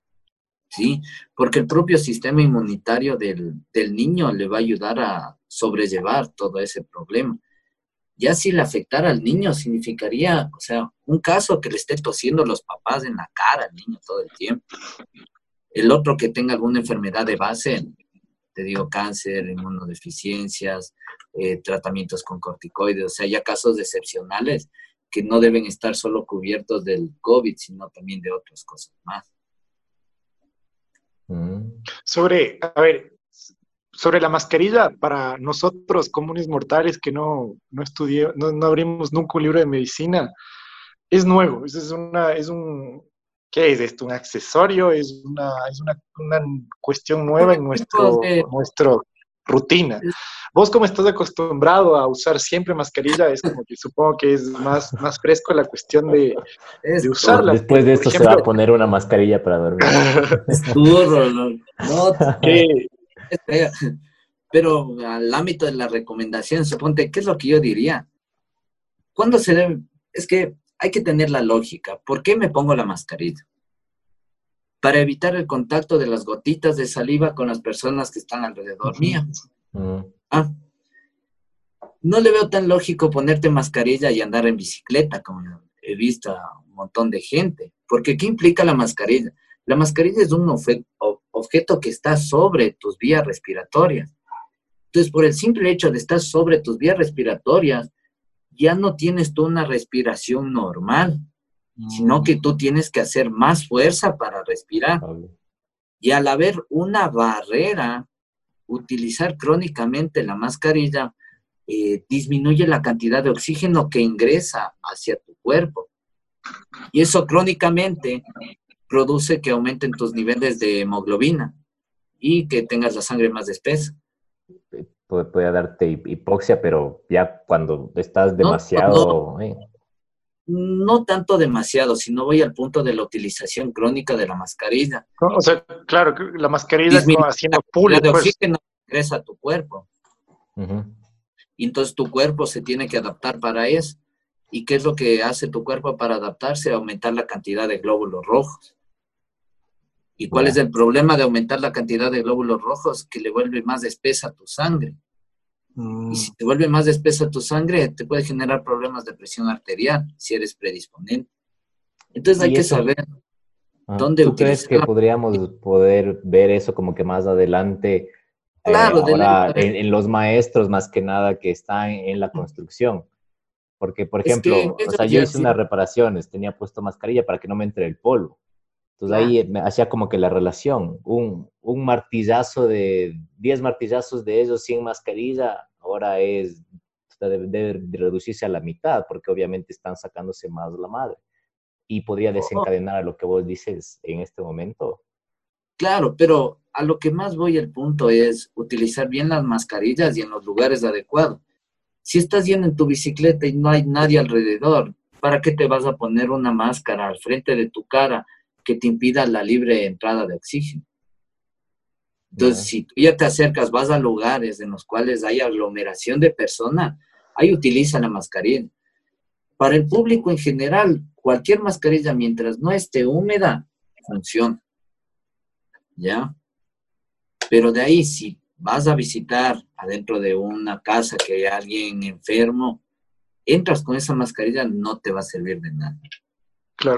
¿sí? Porque el propio sistema inmunitario del niño le va a ayudar a sobrellevar todo ese problema. Ya si le afectara al niño significaría, o sea, un caso que le esté tosiendo los papás en la cara al niño todo el tiempo. El otro que tenga alguna enfermedad de base, te digo, cáncer, inmunodeficiencias, tratamientos con corticoides, o sea, ya casos excepcionales que no deben estar solo cubiertos del COVID, sino también de otras cosas más. Sobre la mascarilla, para nosotros comunes mortales que no estudié, no abrimos nunca un libro de medicina, es nuevo. ¿Qué es esto? ¿Un accesorio? ¿Es una cuestión nueva en nuestra rutina? Vos, como estás acostumbrado a usar siempre mascarilla, es como que supongo que es más fresco la cuestión de usarla. Después de Por esto se va ejemplo, a poner una mascarilla para dormir. Es duro, no, que pero al ámbito de la recomendación, suponte, ¿qué es lo que yo diría? ¿Cuándo se debe? Es que hay que tener la lógica. ¿Por qué me pongo la mascarilla? Para evitar el contacto de las gotitas de saliva con las personas que están alrededor mío. Ah, no le veo tan lógico ponerte mascarilla y andar en bicicleta, como he visto a un montón de gente. Porque ¿qué implica la mascarilla? La mascarilla es un objeto que está sobre tus vías respiratorias. Entonces, por el simple hecho de estar sobre tus vías respiratorias, ya no tienes tú una respiración normal, sino que tú tienes que hacer más fuerza para respirar. Y al haber una barrera, utilizar crónicamente la mascarilla disminuye la cantidad de oxígeno que ingresa hacia tu cuerpo. Y eso crónicamente produce que aumenten tus niveles de hemoglobina. y que tengas la sangre más espesa. Puede darte hipoxia, pero ya cuando estás No, demasiado... no tanto demasiado, sino voy al punto de la utilización crónica de la mascarilla. O sea, claro, la mascarilla Disminuye la haciendo cantidad pule, de pues. oxígeno que ingresa a tu cuerpo. Ujú. Y entonces tu cuerpo se tiene que adaptar para eso. ¿Y qué es lo que hace tu cuerpo para adaptarse? Aumentar la cantidad de glóbulos rojos. ¿Y cuál es Ya. el problema de aumentar la cantidad de glóbulos rojos? Que le vuelve más espesa tu sangre. Y si te vuelve más espesa tu sangre, te puede generar problemas de presión arterial, si eres predisponente. Entonces hay Y que eso, saber dónde ¿tú crees utilizar que la... podríamos poder ver eso como que más adelante, Claro, de ley, ahora en los maestros más que nada que están en la construcción? Porque, por es que ejemplo, o ellos sea, yo ya hice unas tienen... reparaciones, tenía puesto mascarilla para que no me entre el polvo. Entonces Claro. ahí me hacía como que la relación, un martillazo de 10 martillazos de ellos sin mascarilla, ahora debe de reducirse a la mitad, porque obviamente están sacándose más la madre. Y podría Oh, desencadenar a lo que vos dices en este momento. claro, pero a lo que más voy el punto es utilizar bien las mascarillas y en los lugares adecuados. Si estás yendo en tu bicicleta y no hay nadie alrededor, ¿para qué te vas a poner una máscara al frente de tu cara que te impida la libre entrada de oxígeno? Entonces, ¿Ya? si tú ya te acercas, vas a lugares en los cuales hay aglomeración de personas, ahí utiliza la mascarilla. Para el público en general, cualquier mascarilla, mientras no esté húmeda, funciona, ¿ya? Pero de ahí, si vas a visitar adentro de una casa que hay alguien enfermo, entras con esa mascarilla, no te va a servir de nada. Claro.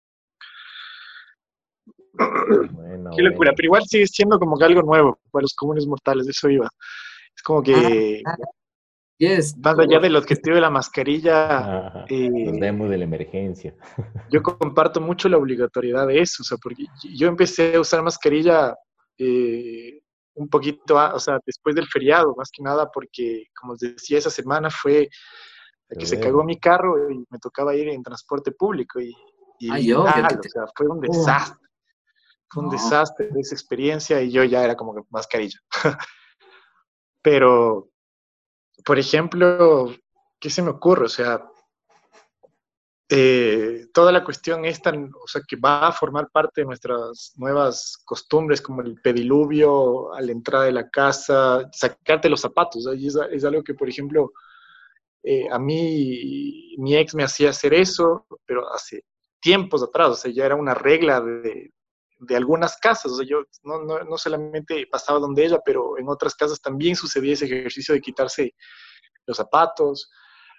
Bueno, Qué locura, bueno. pero igual sigue siendo como que algo nuevo para los comunes mortales, de eso iba. Es como Ah, que, yes. más allá del objetivo de la mascarilla, Ajá. Nos vemos de la emergencia. yo comparto mucho la obligatoriedad de eso, o sea, porque yo empecé a usar mascarilla un poquito, o sea, después del feriado, más que nada, porque, como les decía, esa semana fue la que se cagó Febrero. mi carro y me tocaba ir en transporte público y Ay, obvio que literal, o te... sea, fue un Oh, desastre. Fue un no, desastre esa experiencia y yo ya era como que mascarilla. Pero, por ejemplo, ¿qué se me ocurre? O sea, toda la cuestión esta, o sea, que va a formar parte de nuestras nuevas costumbres, como el pediluvio a la entrada de la casa, sacarte los zapatos. ¿Sí? Es algo que, por ejemplo, a mí, mi ex me hacía hacer eso, pero hace tiempos atrás, o sea, ya era una regla de algunas casas, o sea, yo no solamente pasaba donde ella, pero en otras casas también sucedía ese ejercicio de quitarse los zapatos.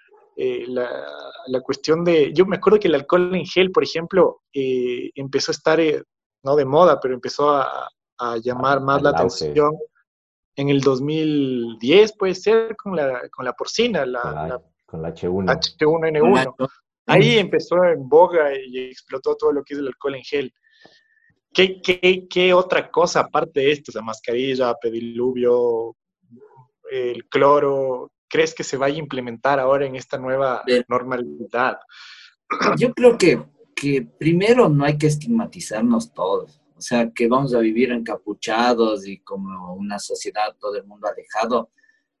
La cuestión de, yo me acuerdo que el alcohol en gel, por ejemplo, empezó a estar, no de moda, pero empezó a llamar más la Al auge atención en el 2010, puede ser, con la porcina, con la H1. H1N1. macho. Ahí empezó en boga y explotó todo lo que es el alcohol en gel. ¿Qué otra cosa aparte de esto? O sea, mascarilla, pediluvio, el cloro, ¿crees que se vaya a implementar ahora en esta nueva normalidad? Yo creo que primero no hay que estigmatizarnos todos. O sea, que vamos a vivir encapuchados y como una sociedad, todo el mundo alejado.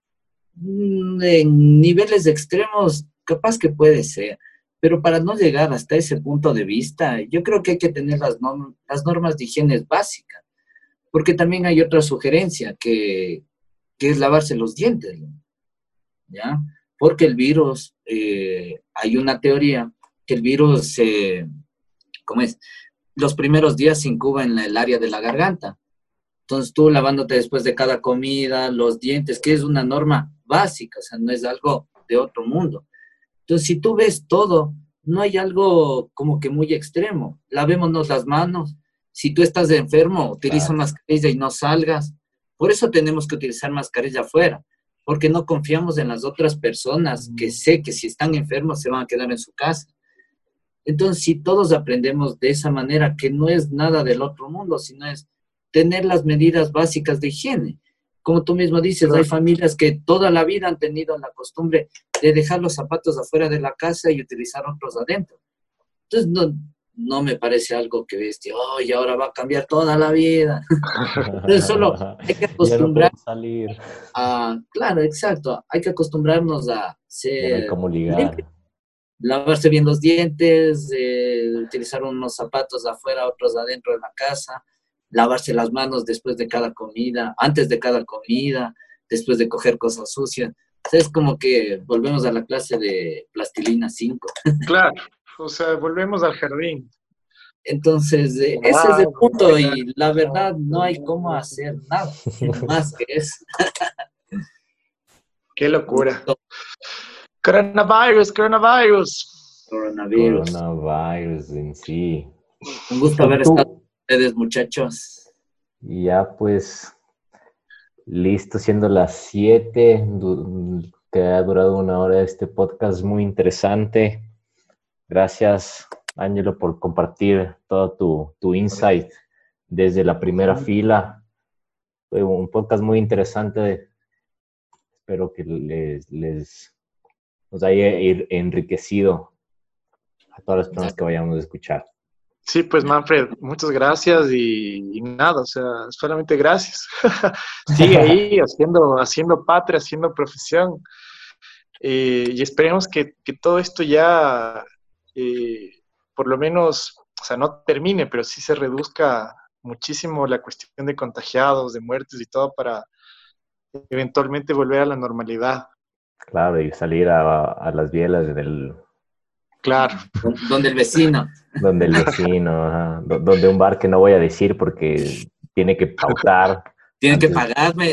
En niveles extremos, capaz que puede ser. Pero para no llegar hasta ese punto de vista, yo creo que hay que tener las normas de higiene básicas. Porque también hay otra sugerencia que es lavarse los dientes, ¿ya? Porque el virus, hay una teoría que el virus, ¿cómo es? Los primeros días se incuba en el área de la garganta. Entonces tú lavándote después de cada comida, los dientes, que es una norma básica, o sea, no es algo de otro mundo. Entonces, si tú ves todo, no hay algo como que muy extremo. Lavémonos las manos. Si tú estás enfermo, utiliza Claro. mascarilla y no salgas. Por eso tenemos que utilizar mascarilla afuera, porque no confiamos en las otras personas que sé que si están enfermos se van a quedar en su casa. Entonces, si todos aprendemos de esa manera, que no es nada del otro mundo, sino es tener las medidas básicas de higiene. Como tú mismo dices, hay Claro. familias que toda la vida han tenido la costumbre de dejar los zapatos afuera de la casa y utilizar otros adentro. Entonces, no me parece algo que ves, oh, y ahora va a cambiar toda la vida. Entonces solo hay que Ya no acostumbrar puedo salir. claro, exacto, hay que acostumbrarnos a Ya no hay ser cómo limpios, ligar. lavarse bien los dientes, utilizar unos zapatos afuera, otros adentro de la casa, lavarse las manos después de cada comida, antes de cada comida, después de coger cosas sucias. O sea, es como que volvemos a la clase de plastilina 5. Claro, o sea, volvemos al jardín. Entonces, ese es el punto y la verdad no hay cómo hacer nada más que eso. Qué locura. Coronavirus, coronavirus. Coronavirus. Coronavirus en sí. Un gusto Oye, haber estado tú, con ustedes, muchachos. ya pues, listo, siendo las 7, que ha durado 1 hora este podcast muy interesante. Gracias, Ángelo, por compartir todo tu insight desde la primera fila. Fue un podcast muy interesante. Espero que nos haya enriquecido a todas las personas que vayamos a escuchar. Sí, pues Manfred, muchas gracias y nada, o sea, solamente gracias. Sigue ahí haciendo patria, haciendo profesión y esperemos que todo esto ya, por lo menos, o sea, no termine, pero sí se reduzca muchísimo la cuestión de contagiados, de muertes y todo para eventualmente volver a la normalidad. Claro, y salir a las bielas Claro, Donde el vecino. donde el vecino, ajá, donde un bar que no voy a decir porque tiene que pautar. Tienen que antes de pagarme.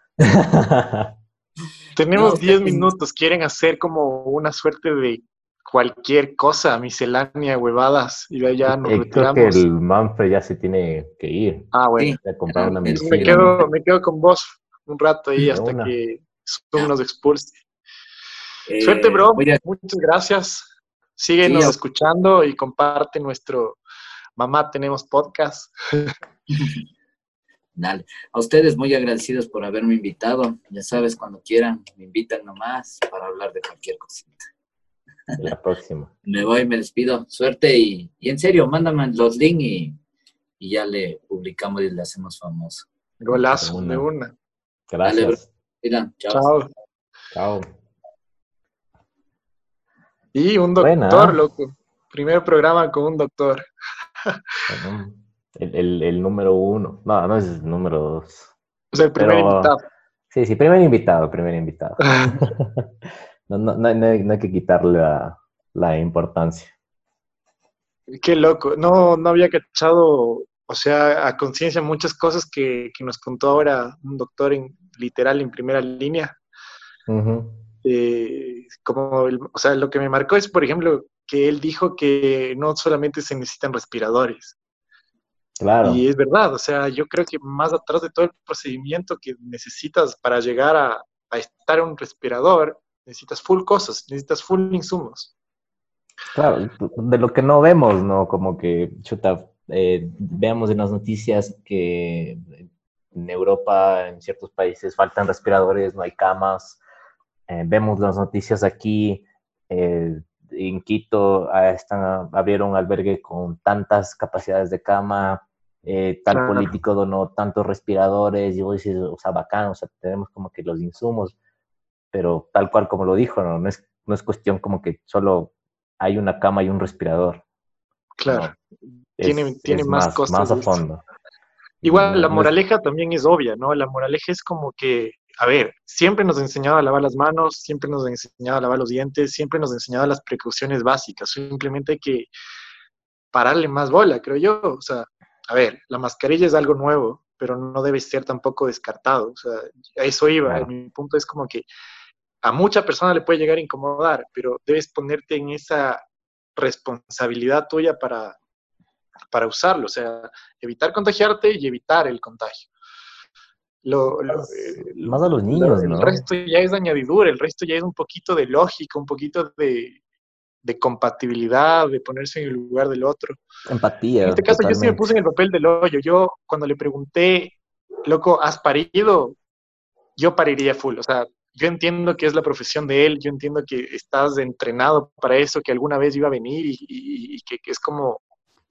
No, tenemos 10 ustedes, minutos, quieren hacer como una suerte de cualquier cosa, miscelánea, huevadas, y de allá nos Creo que retiramos. el Manfred ya se tiene que ir Ah, bueno. sí, a comprar una Me medicina. efectivamente. quedo con vos un rato ahí De hasta una. que Zoom nos expulse. Suerte, Eh, bro. voy a, Muchas gracias. sí, Síguenos escuchando y comparte nuestro Mamá Tenemos Podcast. dale. A ustedes muy agradecidos por haberme invitado. Ya sabes, cuando quieran, me invitan nomás para hablar de cualquier cosita. La próxima. Me voy, me despido. Suerte y en serio, mándame los links y ya le publicamos y le hacemos famoso. Golazo, de una. Dale, bro. Gracias. Mira, chao. Chao. Chao. Y un doctor, Buena. loco. Primer programa con un doctor. Bueno, el número 1. No, no es el número 2. O sea, el primer Pero invitado. sí, primer invitado, primer invitado. No hay que quitarle la importancia. Qué loco. No había cachado, o sea, a conciencia muchas cosas que nos contó ahora un doctor literal en primera línea. Ujú. O sea, lo que me marcó es, por ejemplo, que él dijo que no solamente se necesitan respiradores. Claro, Y es verdad, o sea, yo creo que más atrás de todo el procedimiento que necesitas para llegar a estar en un respirador, necesitas full cosas, necesitas full insumos. claro, de lo que no vemos, ¿no? Como que, chuta, veamos en las noticias que en Europa, en ciertos países, faltan respiradores, no hay camas. Vemos las noticias aquí, en Quito abrieron un albergue con tantas capacidades de cama, tal Claro, político donó tantos respiradores, y vos dices, o sea, bacán, o sea, tenemos como que los insumos, pero tal cual como lo dijo, no es cuestión como que solo hay una cama y un respirador, claro. no, Tiene es más más cosas a de esto. fondo. Y Igual, la no es, moraleja también es obvia, ¿no? La moraleja es como que, a ver, siempre nos ha enseñado a lavar las manos, siempre nos ha enseñado a lavar los dientes, siempre nos ha enseñado las precauciones básicas. Simplemente hay que pararle más bola, creo yo. O sea, a ver, la mascarilla es algo nuevo, pero no debe ser tampoco descartado. O sea, a eso iba. claro, Mi punto es como que a mucha persona le puede llegar a incomodar, pero debes ponerte en esa responsabilidad tuya para usarlo. O sea, evitar contagiarte y evitar el contagio. más a los niños, El ¿no? resto ya es añadidura, el resto ya es un poquito de lógica, un poquito de compatibilidad, de ponerse en el lugar del otro. En Empatía, este caso yo sí me totalmente. puse en el papel del hoyo. Yo cuando le pregunté, loco, ¿has parido? Yo pariría full. O sea, yo entiendo que es la profesión de él, yo entiendo que estás entrenado para eso, que alguna vez iba a venir y que es como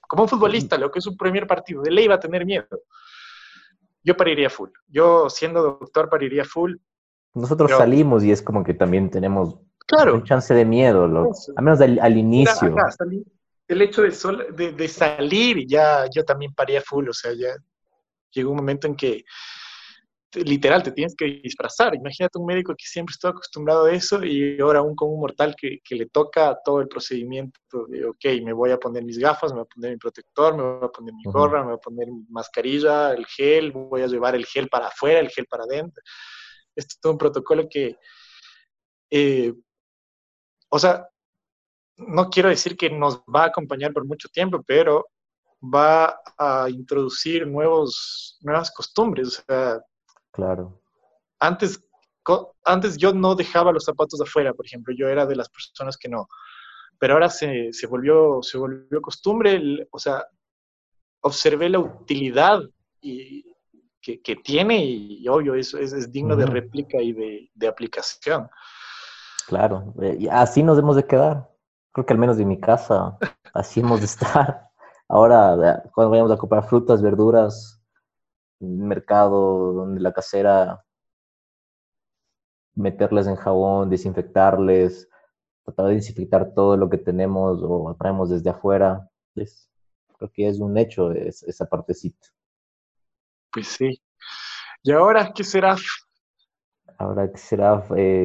Como un futbolista, lo que es su primer partido, de ley va a tener miedo. Yo pariría full. Yo, siendo doctor, pariría full. Nosotros Pero, salimos y es como que también tenemos un claro, chance de miedo, eso. al menos al Mira, inicio. acá, el hecho de salir, ya yo también paría full. O sea, ya llegó un momento en que literal te tienes que disfrazar. Imagínate un médico que siempre estuvo acostumbrado a eso y ahora aún con un mortal que le toca todo el procedimiento de, ok, me voy a poner mis gafas, me voy a poner mi protector, me voy a poner mi Ujú. gorra, me voy a poner mi mascarilla, el gel, voy a llevar el gel para afuera, el gel para adentro. Esto es todo un protocolo que, eh, o sea, no quiero decir que nos va a acompañar por mucho tiempo, pero va a introducir nuevas costumbres. O sea, Claro. antes, antes yo no dejaba los zapatos afuera, por ejemplo, yo era de las personas que no, pero ahora se volvió costumbre, o sea, observé la utilidad y, que tiene y obvio, es digno de Ujú. réplica y de aplicación. Claro, y así nos hemos de quedar. Creo que al menos en mi casa, así hemos de estar. Ahora, cuando vayamos a comprar frutas, verduras, un mercado donde la casera, meterles en jabón, desinfectarles, tratar de desinfectar todo lo que tenemos o traemos desde afuera. Creo que es un hecho esa partecita. Pues sí. ¿Y ahora qué será? Ahora que será,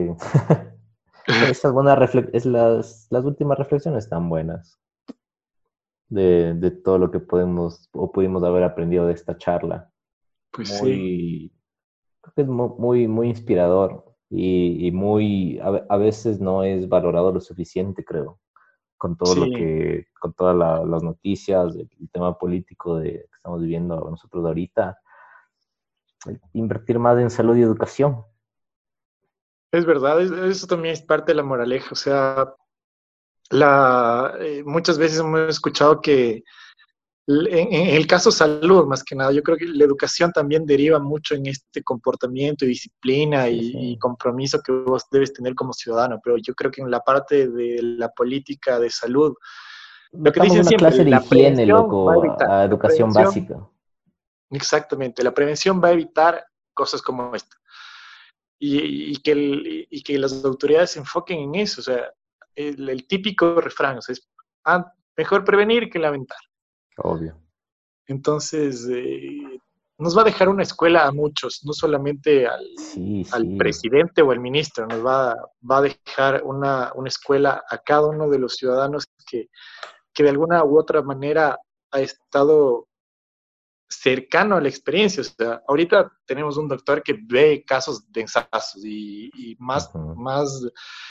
esas las últimas reflexiones tan buenas de todo lo que podemos o pudimos haber aprendido de esta charla. Pues sí, Muy, creo que es muy, muy inspirador y muy, a veces no es valorado lo suficiente, creo, con todo sí, con todas las noticias, el tema político que estamos viviendo nosotros ahorita. Invertir más en salud y educación. es verdad, eso también es parte de la moraleja, o sea, muchas veces hemos escuchado que en el caso salud, más que nada, yo creo que la educación también deriva mucho en este comportamiento y disciplina Sí, y sí. compromiso que vos debes tener como ciudadano, pero yo creo que en la parte de la política de salud, lo que Metamos dicen una siempre, clase de la higiene, prevención va a loco, evitar, a la educación prevención, básica. exactamente, la prevención va a evitar cosas como esta. Y que las autoridades se enfoquen en eso, o sea, el típico refrán, o sea, es mejor prevenir que lamentar. Obvio. Entonces, nos va a dejar una escuela a muchos, no solamente Sí, al sí. presidente o al ministro, va a dejar una escuela a cada uno de los ciudadanos que de alguna u otra manera ha estado cercano a la experiencia. O sea, ahorita tenemos un doctor que ve casos densazos y Ujú. más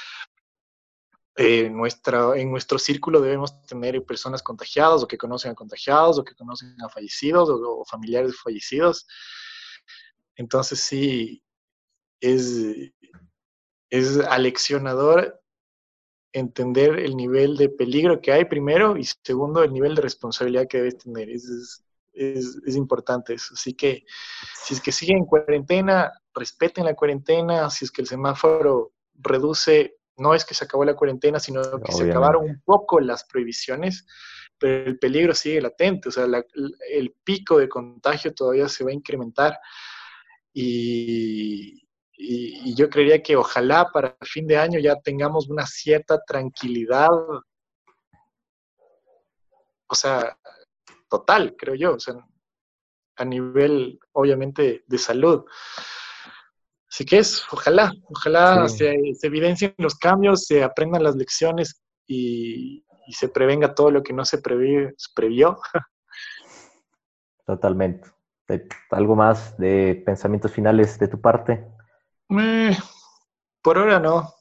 en nuestro círculo debemos tener personas contagiadas o que conocen a contagiados o que conocen a fallecidos o familiares fallecidos. Entonces sí, es, es aleccionador entender el nivel de peligro que hay primero y segundo el nivel de responsabilidad que debes tener. Es importante eso. Así que si es que siguen en cuarentena, respeten la cuarentena. Si es que el semáforo reduce, no es que se acabó la cuarentena, sino que se acabaron Obviamente. un poco las prohibiciones, pero el peligro sigue latente. O sea, el pico de contagio todavía se va a incrementar y yo creería que ojalá para el fin de año ya tengamos una cierta tranquilidad, o sea, total, creo yo, o sea, a nivel, obviamente, de salud. Así que ojalá Sí, se evidencien los cambios, se aprendan las lecciones y se prevenga todo lo que no previó. totalmente. ¿Algo más de pensamientos finales de tu parte? Eh, por ahora no.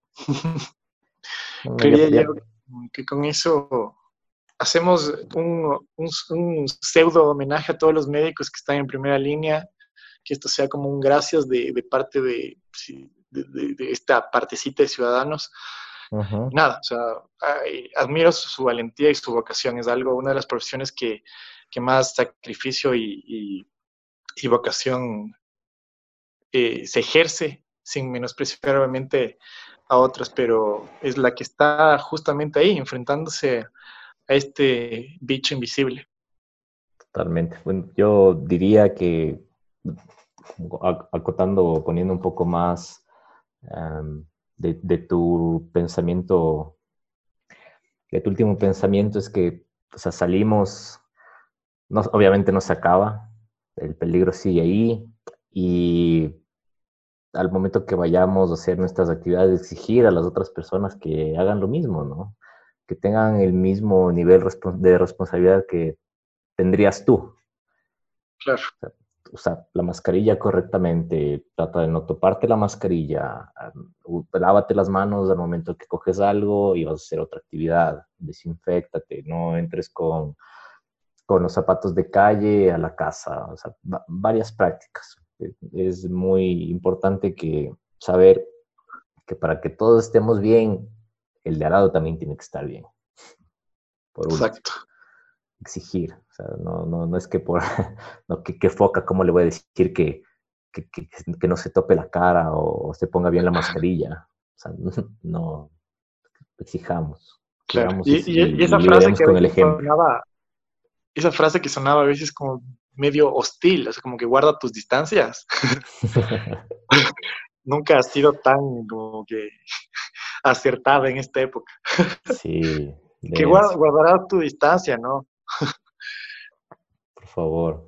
No, Creería yo que con eso hacemos un pseudo homenaje a todos los médicos que están en primera línea, que esto sea como un gracias de parte sí, de esta partecita de ciudadanos. Ujú. Nada, o sea, admiro su valentía y su vocación, es algo, una de las profesiones que más sacrificio y vocación se ejerce, sin menospreciar obviamente a otras, pero es la que está justamente ahí, enfrentándose a este bicho invisible. Totalmente. Bueno, yo diría que, acotando, poniendo un poco más de tu pensamiento, de tu último pensamiento, es que, o sea, salimos, no, obviamente no se acaba, el peligro sigue ahí, y al momento que vayamos a hacer nuestras actividades, exigir a las otras personas que hagan lo mismo, ¿no? Que tengan el mismo nivel de responsabilidad que tendrías tú. Claro. Usa la mascarilla correctamente, trata de no toparte la mascarilla, lávate las manos al momento que coges algo y vas a hacer otra actividad, desinféctate, no entres con los zapatos de calle a la casa, o sea, varias prácticas. Es muy importante que saber que para que todos estemos bien, el de al lado también tiene que estar bien. Por último. Exacto. Exigir, o sea, no es que por, no, que foca, ¿cómo le voy a decir que no se tope la cara o se ponga bien la mascarilla? O sea, no, exijamos. Claro. Y Esa frase que a con el veces ejemplo. sonaba, esa frase que sonaba a veces como medio hostil, o sea, como que guarda tus distancias. Nunca ha sido tan como que acertada en esta época. Sí, Que denso, guardarás tu distancia, ¿no? por favor.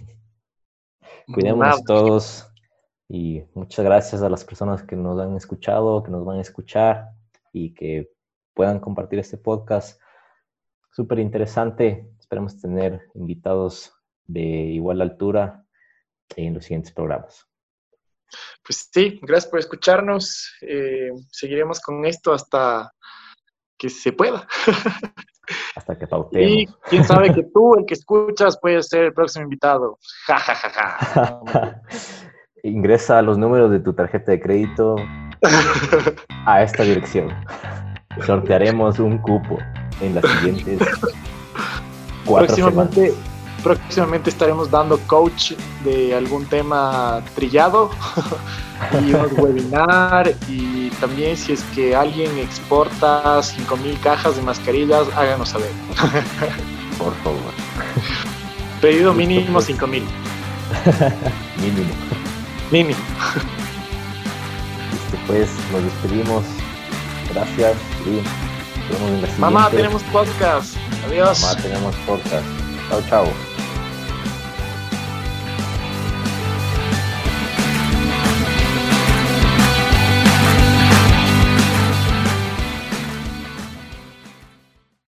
Nada. Cuidémonos todos y muchas gracias a las personas que nos han escuchado, que nos van a escuchar y que puedan compartir este podcast. Súper interesante. Esperemos tener invitados de igual altura en los siguientes programas. Pues sí, gracias por escucharnos. Seguiremos con esto hasta que se pueda. Hasta que pautemos. Y quién sabe que tú, el que escuchas, puedes ser el próximo invitado. Ja, ja, ja, ja. Ingresa los números de tu tarjeta de crédito a esta dirección. Sortearemos un cupo en las siguientes 4 semanas. Próximamente estaremos dando coach de algún tema trillado y unos webinar, y también si es que alguien exporta 5,000 cajas de mascarillas, háganos saber. Por favor. Pedido mínimo 5,000. Mínimo. Listo, pues nos despedimos. Gracias. Y nos vemos en la siguiente. Mamá, tenemos podcast. Adiós. Mamá, tenemos podcast. Chao, chao.